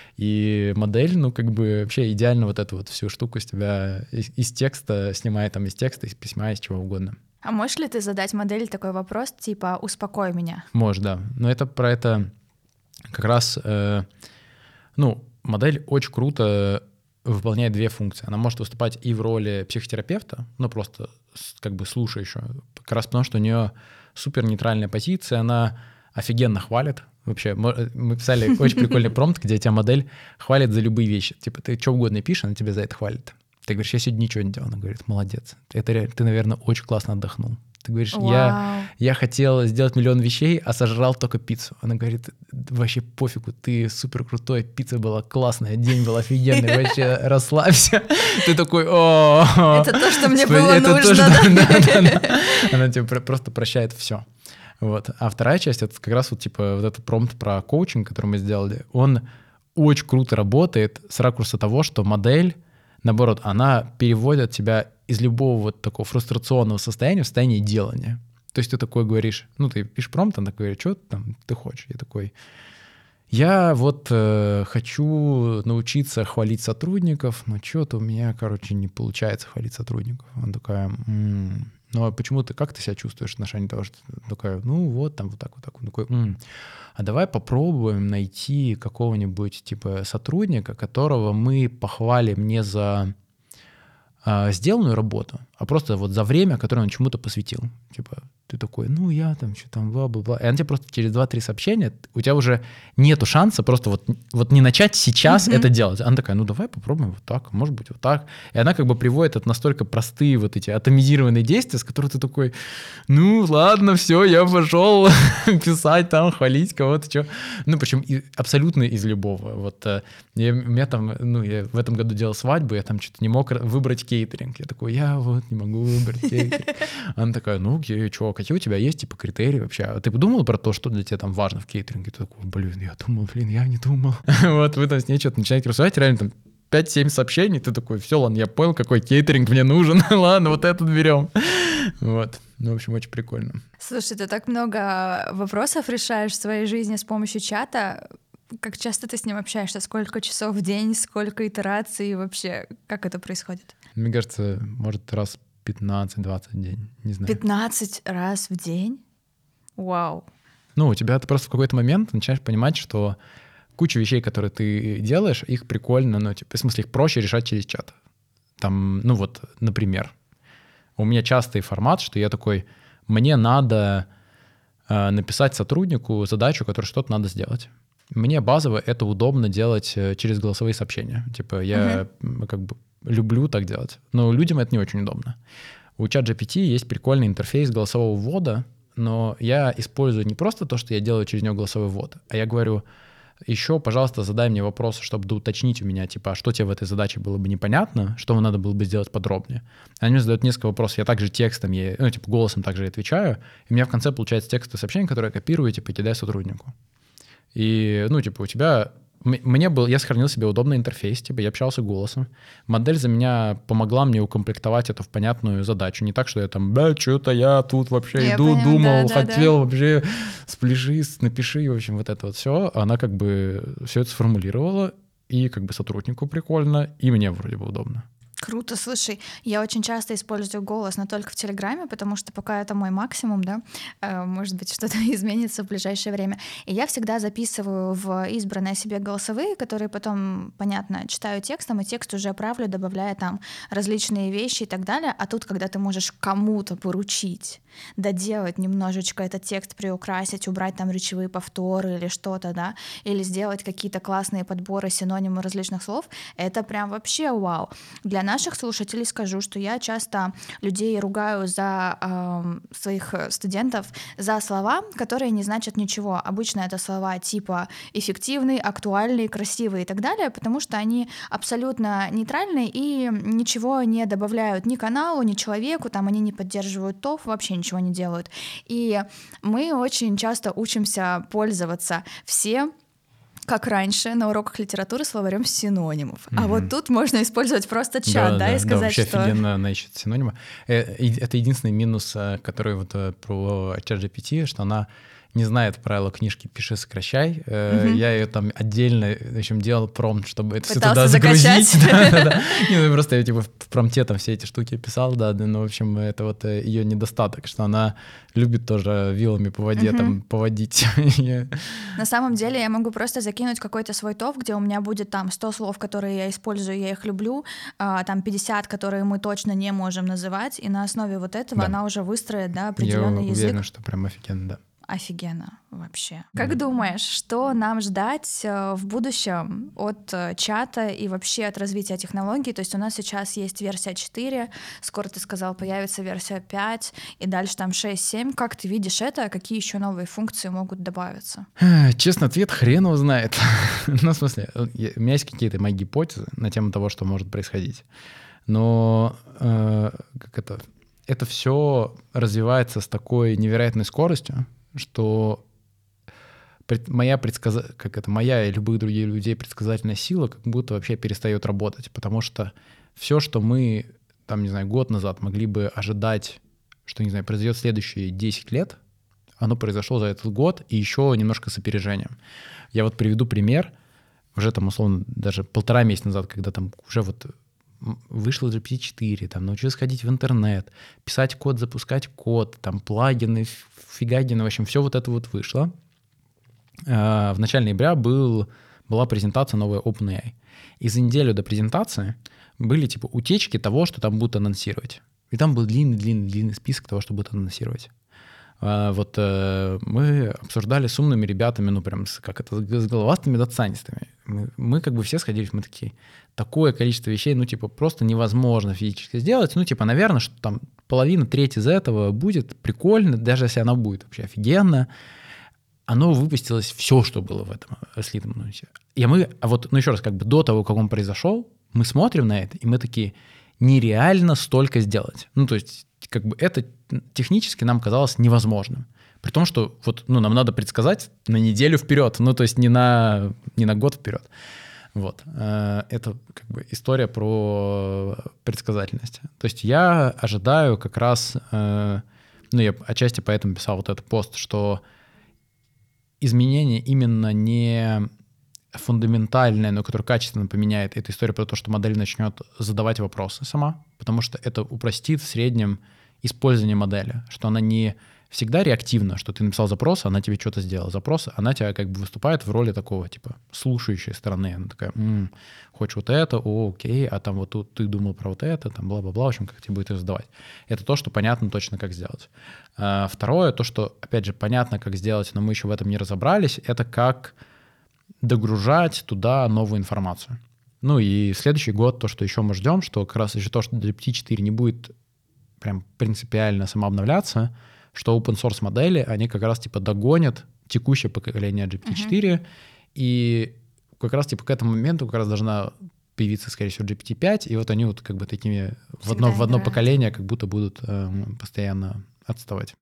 [SPEAKER 2] И модель, ну, как бы вообще идеально вот эту вот всю штуку с тебя из, из текста снимает, там, из текста, из письма, из чего угодно.
[SPEAKER 1] А можешь ли ты задать модели такой вопрос, типа «успокой меня»?
[SPEAKER 2] Можешь, да. Но это про это как раз, э, ну, модель очень круто выполняет две функции. Она может выступать и в роли психотерапевта, ну, просто как бы слушающего, как раз потому, что у нее супер нейтральная позиция, она офигенно хвалит. Вообще, мы писали очень прикольный промпт, где тебя модель хвалит за любые вещи. Типа, ты что угодно пишешь, она тебя за это хвалит. Ты говоришь, я сегодня ничего не делал. Она говорит, молодец. Это, ты, наверное, очень классно отдохнул. Ты говоришь, я, я хотел сделать миллион вещей, а сожрал только пиццу. Она говорит, вообще пофигу, ты супер крутой, пицца была классная, день был офигенный, вообще расслабься. Ты такой, о
[SPEAKER 1] это то, что мне было нужно.
[SPEAKER 2] Она тебе просто прощает все. Вот. А вторая часть — это как раз вот типа вот этот промпт про коучинг, который мы сделали, он очень круто работает с ракурса того, что модель, наоборот, она переводит тебя из любого вот такого фрустрационного состояния в состояние делания. То есть ты такой говоришь, ну ты пишешь промпт, она говорит, что там ты хочешь? Я такой, я вот э, хочу научиться хвалить сотрудников, но что-то у меня, короче, не получается хвалить сотрудников. Она такая, м-м, ну а почему ты, как ты себя чувствуешь в отношении того, что ты такая, ну вот там вот так вот так. Он такой, м-м, а давай попробуем найти какого-нибудь типа сотрудника, которого мы похвалим не за а, сделанную работу, а просто вот за время, которое он чему-то посвятил. Типа ты такой, ну я там что там, бла-бла-бла. И она тебе просто через два-три сообщения, у тебя уже нету шанса просто вот, вот не начать сейчас mm-hmm. это делать. Она такая, ну давай попробуем вот так, может быть вот так. И она как бы приводит это настолько простые вот эти атомизированные действия, с которых ты такой, ну ладно, все, я пошел писать там, хвалить кого-то, что. Ну причем абсолютно из любого. Вот я, у меня там, ну я в этом году делал свадьбу, я там что-то не мог выбрать кейтеринг. Я такой, я вот не могу выбрать кейтеринг. Она такая, ну окей, что, какие у тебя есть типа критерии вообще? А ты подумал про то, что для тебя там важно в кейтеринге? Ты такой, блин, я думал, блин, я не думал. Вот вы там с ней что-то начинаете рассуждать, реально там пять-семь сообщений, ты такой, все, ладно, я понял, какой кейтеринг мне нужен, ладно, вот этот берем. Вот, ну, в общем, очень прикольно.
[SPEAKER 1] Слушай, ты так много вопросов решаешь в своей жизни с помощью чата. Как часто ты с ним общаешься? Сколько часов в день, сколько итераций и вообще, как это происходит?
[SPEAKER 2] Мне кажется, может, раз пятнадцать-двадцать в день, не знаю.
[SPEAKER 1] пятнадцать раз в день? Вау.
[SPEAKER 2] Ну, у тебя ты просто в какой-то момент начинаешь понимать, что куча вещей, которые ты делаешь, их прикольно, ну, типа, в смысле, их проще решать через чат. Там, ну вот, например, У меня частый формат, что я такой, мне надо э, написать сотруднику задачу, которую что-то надо сделать. Мне базово это удобно делать через голосовые сообщения. Типа я uh-huh. как бы люблю так делать, но людям это не очень удобно. У ChatGPT есть прикольный интерфейс голосового ввода, но я использую не просто то, что я делаю через него голосовой ввод, а я говорю, еще, пожалуйста, задай мне вопросы, чтобы уточнить у меня, типа, а что тебе в этой задаче было бы непонятно, что надо было бы сделать подробнее. Они мне задают несколько вопросов, я также текстом, я, ну, типа, голосом также отвечаю, и у меня в конце получается текстовое сообщение, которое я копирую, типа, и кидаю сотруднику. И, ну, типа, у тебя... Мне был, я сохранил себе удобный интерфейс, типа я общался голосом. Модель за меня помогла мне укомплектовать это в понятную задачу. Не так, что я там, да, что-то я тут вообще я иду, понял, думал, да, хотел да. вообще, спляши, напиши, в общем, вот это вот все. Она как бы все это сформулировала, и как бы сотруднику прикольно, и мне вроде бы удобно.
[SPEAKER 1] Круто, слушай, я очень часто использую голос, но только в Телеграме, потому что пока это мой максимум, да, может быть, что-то изменится в ближайшее время. И я всегда записываю в избранные себе голосовые, которые потом, понятно, читаю текстом, и текст уже правлю, добавляя там различные вещи и так далее. А тут, когда ты можешь кому-то поручить, доделать немножечко этот текст, приукрасить, убрать там речевые повторы или что-то, да, или сделать какие-то классные подборы, синонимы различных слов, это прям вообще вау. Для наших слушателей скажу, что я часто людей ругаю за э, своих студентов за слова, которые не значат ничего. Обычно это слова типа эффективный, актуальный, красивый и так далее, потому что они абсолютно нейтральны и ничего не добавляют ни каналу, ни человеку, там они не поддерживают топ, вообще ничего не делают. И мы очень часто учимся пользоваться все как раньше на уроках литературы словарем синонимов. Mm-hmm. А вот тут можно использовать просто чат, да, да, да и сказать,
[SPEAKER 2] да, вообще
[SPEAKER 1] что...
[SPEAKER 2] офигенно она ищет синонимы. Это единственный минус, который вот про ChatGPT, что она не знает правила книжки «Пиши, сокращай». Mm-hmm. Я ее там отдельно, в общем, делал промпт, чтобы это
[SPEAKER 1] Пытался
[SPEAKER 2] все туда загрузить.
[SPEAKER 1] Да, да, да.
[SPEAKER 2] Не, ну, просто я типа в промпте там все эти штуки писал, да, ну, в общем, это вот ее недостаток, что она любит тоже вилами по воде mm-hmm. там поводить.
[SPEAKER 1] На самом деле я могу просто закинуть какой-то свой топ, где у меня будет там сто слов, которые я использую, я их люблю, там пятьдесят, которые мы точно не можем называть, и на основе вот этого да. она уже выстроит, да, определенный
[SPEAKER 2] я
[SPEAKER 1] язык.
[SPEAKER 2] Я уверен, что прям офигенно, да.
[SPEAKER 1] Офигенно вообще. Как mm. думаешь, что нам ждать в будущем от чата и вообще от развития технологий? То есть у нас сейчас есть версия четыре, скоро, ты сказал, появится версия пять, и дальше там шесть семь. Как ты видишь это? Какие еще новые функции могут добавиться?
[SPEAKER 2] Честно, ответ хрен его знает. Ну, в смысле, у меня есть какие-то мои гипотезы на тему того, что может происходить. Но э, как это, это все развивается с такой невероятной скоростью, что моя предсказ... как это, моя и любых других людей предсказательная сила как будто вообще перестает работать, потому что все, что мы, там, не знаю, год назад могли бы ожидать, что, не знаю, произойдет следующие десять лет, оно произошло за этот год и еще немножко с опережением. Я вот приведу пример, уже там, условно, даже полтора месяца назад, когда там уже вот вышло джи пи ти четыре, там научился ходить в интернет, писать код, запускать код, там плагины, фигагины, в общем, все вот это вот вышло. В начале ноября был, была презентация новой OpenAI. И за неделю до презентации были типа утечки того, что там будут анонсировать. И там был длинный-длинный-длинный список того, что будут анонсировать. Вот мы обсуждали с умными ребятами, ну прям с, как это, с головастыми дата-сайентистами. Мы, мы как бы все сходились, мы такие, такое количество вещей, ну типа просто невозможно физически сделать. Ну типа, наверное, что там половина, треть из этого будет прикольно, даже если она будет вообще офигенно. Оно выпустилось все, что было в этом слитом анонсе. И мы, а вот, ну еще раз, как бы до того, как он произошел, мы смотрим на это, и мы такие, нереально столько сделать. Ну то есть как бы это технически нам казалось невозможным. При том, что вот, ну, нам надо предсказать на неделю вперед, ну, то есть не на, не на год вперед. Вот. Это как бы история про предсказательность. То есть я ожидаю как раз, ну, я отчасти поэтому писал вот этот пост, что изменение именно не фундаментальное, но которое качественно поменяет, это история про то, что модель начнет задавать вопросы сама, потому что это упростит в среднем использование модели, что она не всегда реактивно, что ты написал запрос, она тебе что-то сделала. Запрос, она тебя как бы выступает в роли такого, типа, слушающей стороны. Она такая, м-м, хочешь вот это, о, окей, а там вот тут ты думал про вот это, там бла-бла-бла, в общем, как тебе будет это задавать. Это то, что понятно точно, как сделать. А второе, то, что, опять же, понятно, как сделать, но мы еще в этом не разобрались, это как догружать туда новую информацию. Ну и следующий год, то, что еще мы ждем, что как раз еще то, что джи пи ти четыре не будет прям принципиально самообновляться, что open-source модели, они как раз типа догонят текущее поколение джи пи ти четыре, uh-huh. и как раз типа к этому моменту как раз должна появиться, скорее всего, джи пи ти пять, и вот они вот как бы такими в одно, в одно поколение как будто будут э, постоянно отставать.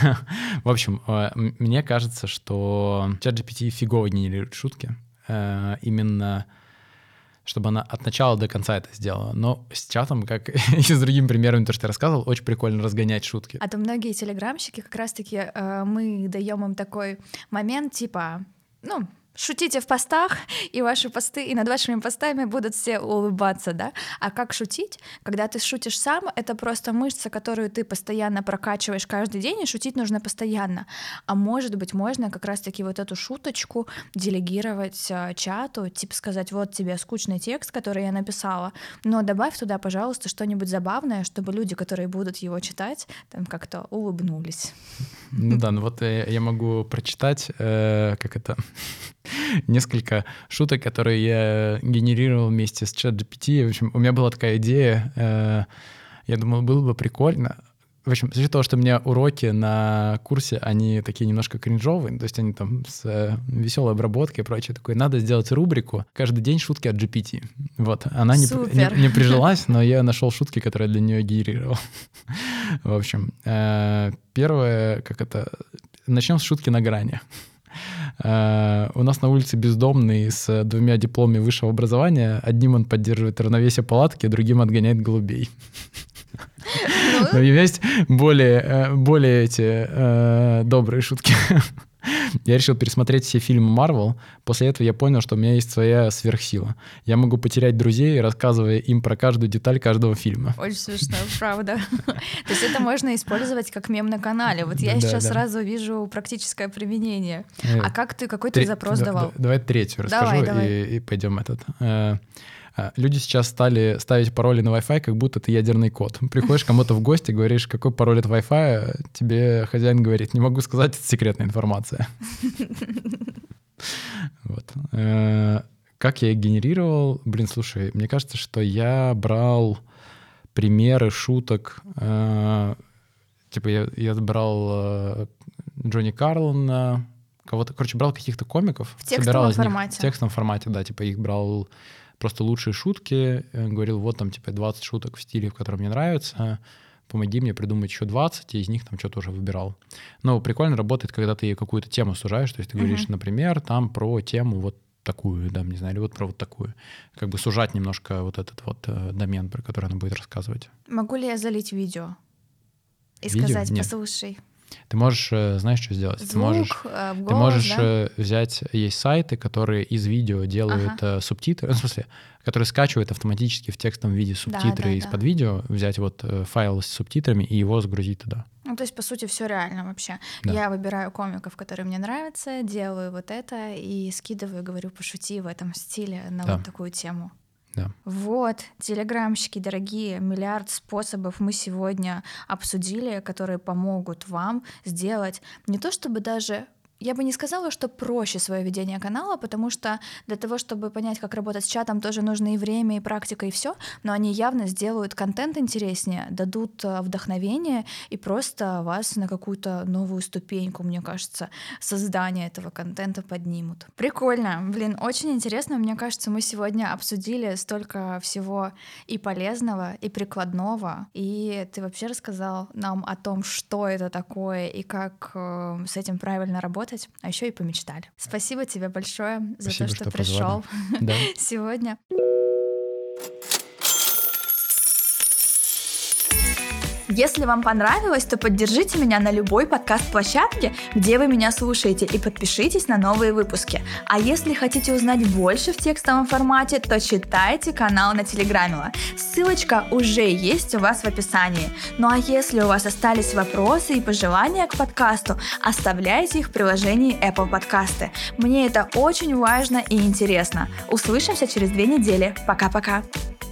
[SPEAKER 2] В общем, мне кажется, что чат джи пи ти фигово генерирует шутки. Именно чтобы она от начала до конца это сделала. Но с чатом, как и с другими примерами, то, что я рассказывал, очень прикольно разгонять шутки.
[SPEAKER 1] А то многие телеграмщики как раз-таки мы даем им такой момент, типа, ну, шутите в постах, и ваши посты, и над вашими постами будут все улыбаться, да? А как шутить? Когда ты шутишь сам, это просто мышца, которую ты постоянно прокачиваешь каждый день, и шутить нужно постоянно. А может быть, можно как раз-таки вот эту шуточку делегировать а, чату, типа сказать, вот тебе скучный текст, который я написала, но добавь туда, пожалуйста, что-нибудь забавное, чтобы люди, которые будут его читать, там как-то улыбнулись.
[SPEAKER 2] Ну да, ну вот я могу прочитать, э, как это... несколько шуток, которые я генерировал вместе с чат джи пи ти. В общем, у меня была такая идея, э, я думал, было бы прикольно. В общем, за счет того, что у меня уроки на курсе, они такие немножко кринжовые, то есть они там с э, веселой обработкой и прочее такое. Надо сделать рубрику «Каждый день шутки от джи пи ти». Вот, она не, не, не прижилась, но я нашел шутки, которые я для нее генерировал. В общем, э, первое, как это... Начнем с шутки на грани. Uh, у нас на улице бездомный с двумя дипломами высшего образования. Одним он поддерживает равновесие палатки, другим отгоняет голубей. Но есть более, более эти uh, добрые шутки. Я решил пересмотреть все фильмы Марвел. После этого я понял, что у меня есть своя сверхсила. Я могу потерять друзей, рассказывая им про каждую деталь каждого фильма.
[SPEAKER 1] Очень смешно, правда. То есть это можно использовать как мем на канале. Вот я сейчас сразу вижу практическое применение. А как ты, какой ты запрос давал?
[SPEAKER 2] Давай третью расскажу и пойдем этот... Люди сейчас стали ставить пароли на Wi-Fi, как будто ты ядерный кот. Приходишь кому-то в гости, говоришь, какой пароль от Wi-Fi, тебе хозяин говорит, не могу сказать, это секретная информация. Вот. Как я их генерировал? Блин, слушай, мне кажется, что я брал примеры шуток. Типа я, я брал Джонни Карлона, кого-то, короче, брал каких-то комиков.
[SPEAKER 1] В текстовом формате.
[SPEAKER 2] В текстовом формате, да, типа их брал... просто лучшие шутки, говорил, вот там типа двадцать шуток в стиле, в котором мне нравится, помоги мне придумать еще двадцать, и из них там что-то уже выбирал. Но прикольно работает, когда ты какую-то тему сужаешь, то есть ты uh-huh. говоришь, например, там про тему вот такую, да, не знаю, или вот про вот такую. Как бы сужать немножко вот этот вот э, домен, про который она будет рассказывать.
[SPEAKER 1] Могу ли я залить видео и
[SPEAKER 2] видео?
[SPEAKER 1] сказать,
[SPEAKER 2] Нет.
[SPEAKER 1] послушай?
[SPEAKER 2] Ты можешь, знаешь, что сделать?
[SPEAKER 1] Звук,
[SPEAKER 2] ты можешь,
[SPEAKER 1] голос,
[SPEAKER 2] ты можешь
[SPEAKER 1] да?
[SPEAKER 2] взять, есть сайты, которые из видео делают ага. субтитры, в смысле, которые скачивают автоматически в текстовом виде субтитры да, да, из-под да. видео, взять вот файл с субтитрами и его загрузить туда.
[SPEAKER 1] Ну, то есть, по сути, все реально вообще.
[SPEAKER 2] Да.
[SPEAKER 1] Я выбираю комиков, которые мне нравятся, делаю вот это и скидываю, говорю, пошути в этом стиле на да. вот такую тему.
[SPEAKER 2] Да.
[SPEAKER 1] Вот, телеграмщики дорогие, миллиард способов мы сегодня обсудили, которые помогут вам сделать не то чтобы даже... Я бы не сказала, что проще свое ведение канала, потому что для того, чтобы понять, как работать с чатом, тоже нужно и время, и практика, и все. Но они явно сделают контент интереснее, дадут вдохновение и просто вас на какую-то новую ступеньку, мне кажется, создания этого контента поднимут. Прикольно, блин, очень интересно. Мне кажется, мы сегодня обсудили столько всего и полезного, и прикладного. И ты вообще рассказал нам о том, что это такое и как э, с этим правильно работать. А еще и помечтали. Спасибо тебе большое за
[SPEAKER 2] Спасибо,
[SPEAKER 1] то, что,
[SPEAKER 2] что
[SPEAKER 1] пришел
[SPEAKER 2] да.
[SPEAKER 1] сегодня. Если вам понравилось, то поддержите меня на любой подкаст-площадке, где вы меня слушаете, и подпишитесь на новые выпуски. А если хотите узнать больше в текстовом формате, то читайте канал на Телеграме. Ссылочка уже есть у вас в описании. Ну а если у вас остались вопросы и пожелания к подкасту, оставляйте их в приложении Apple Podcasts. Мне это очень важно и интересно. Услышимся через две недели. Пока-пока.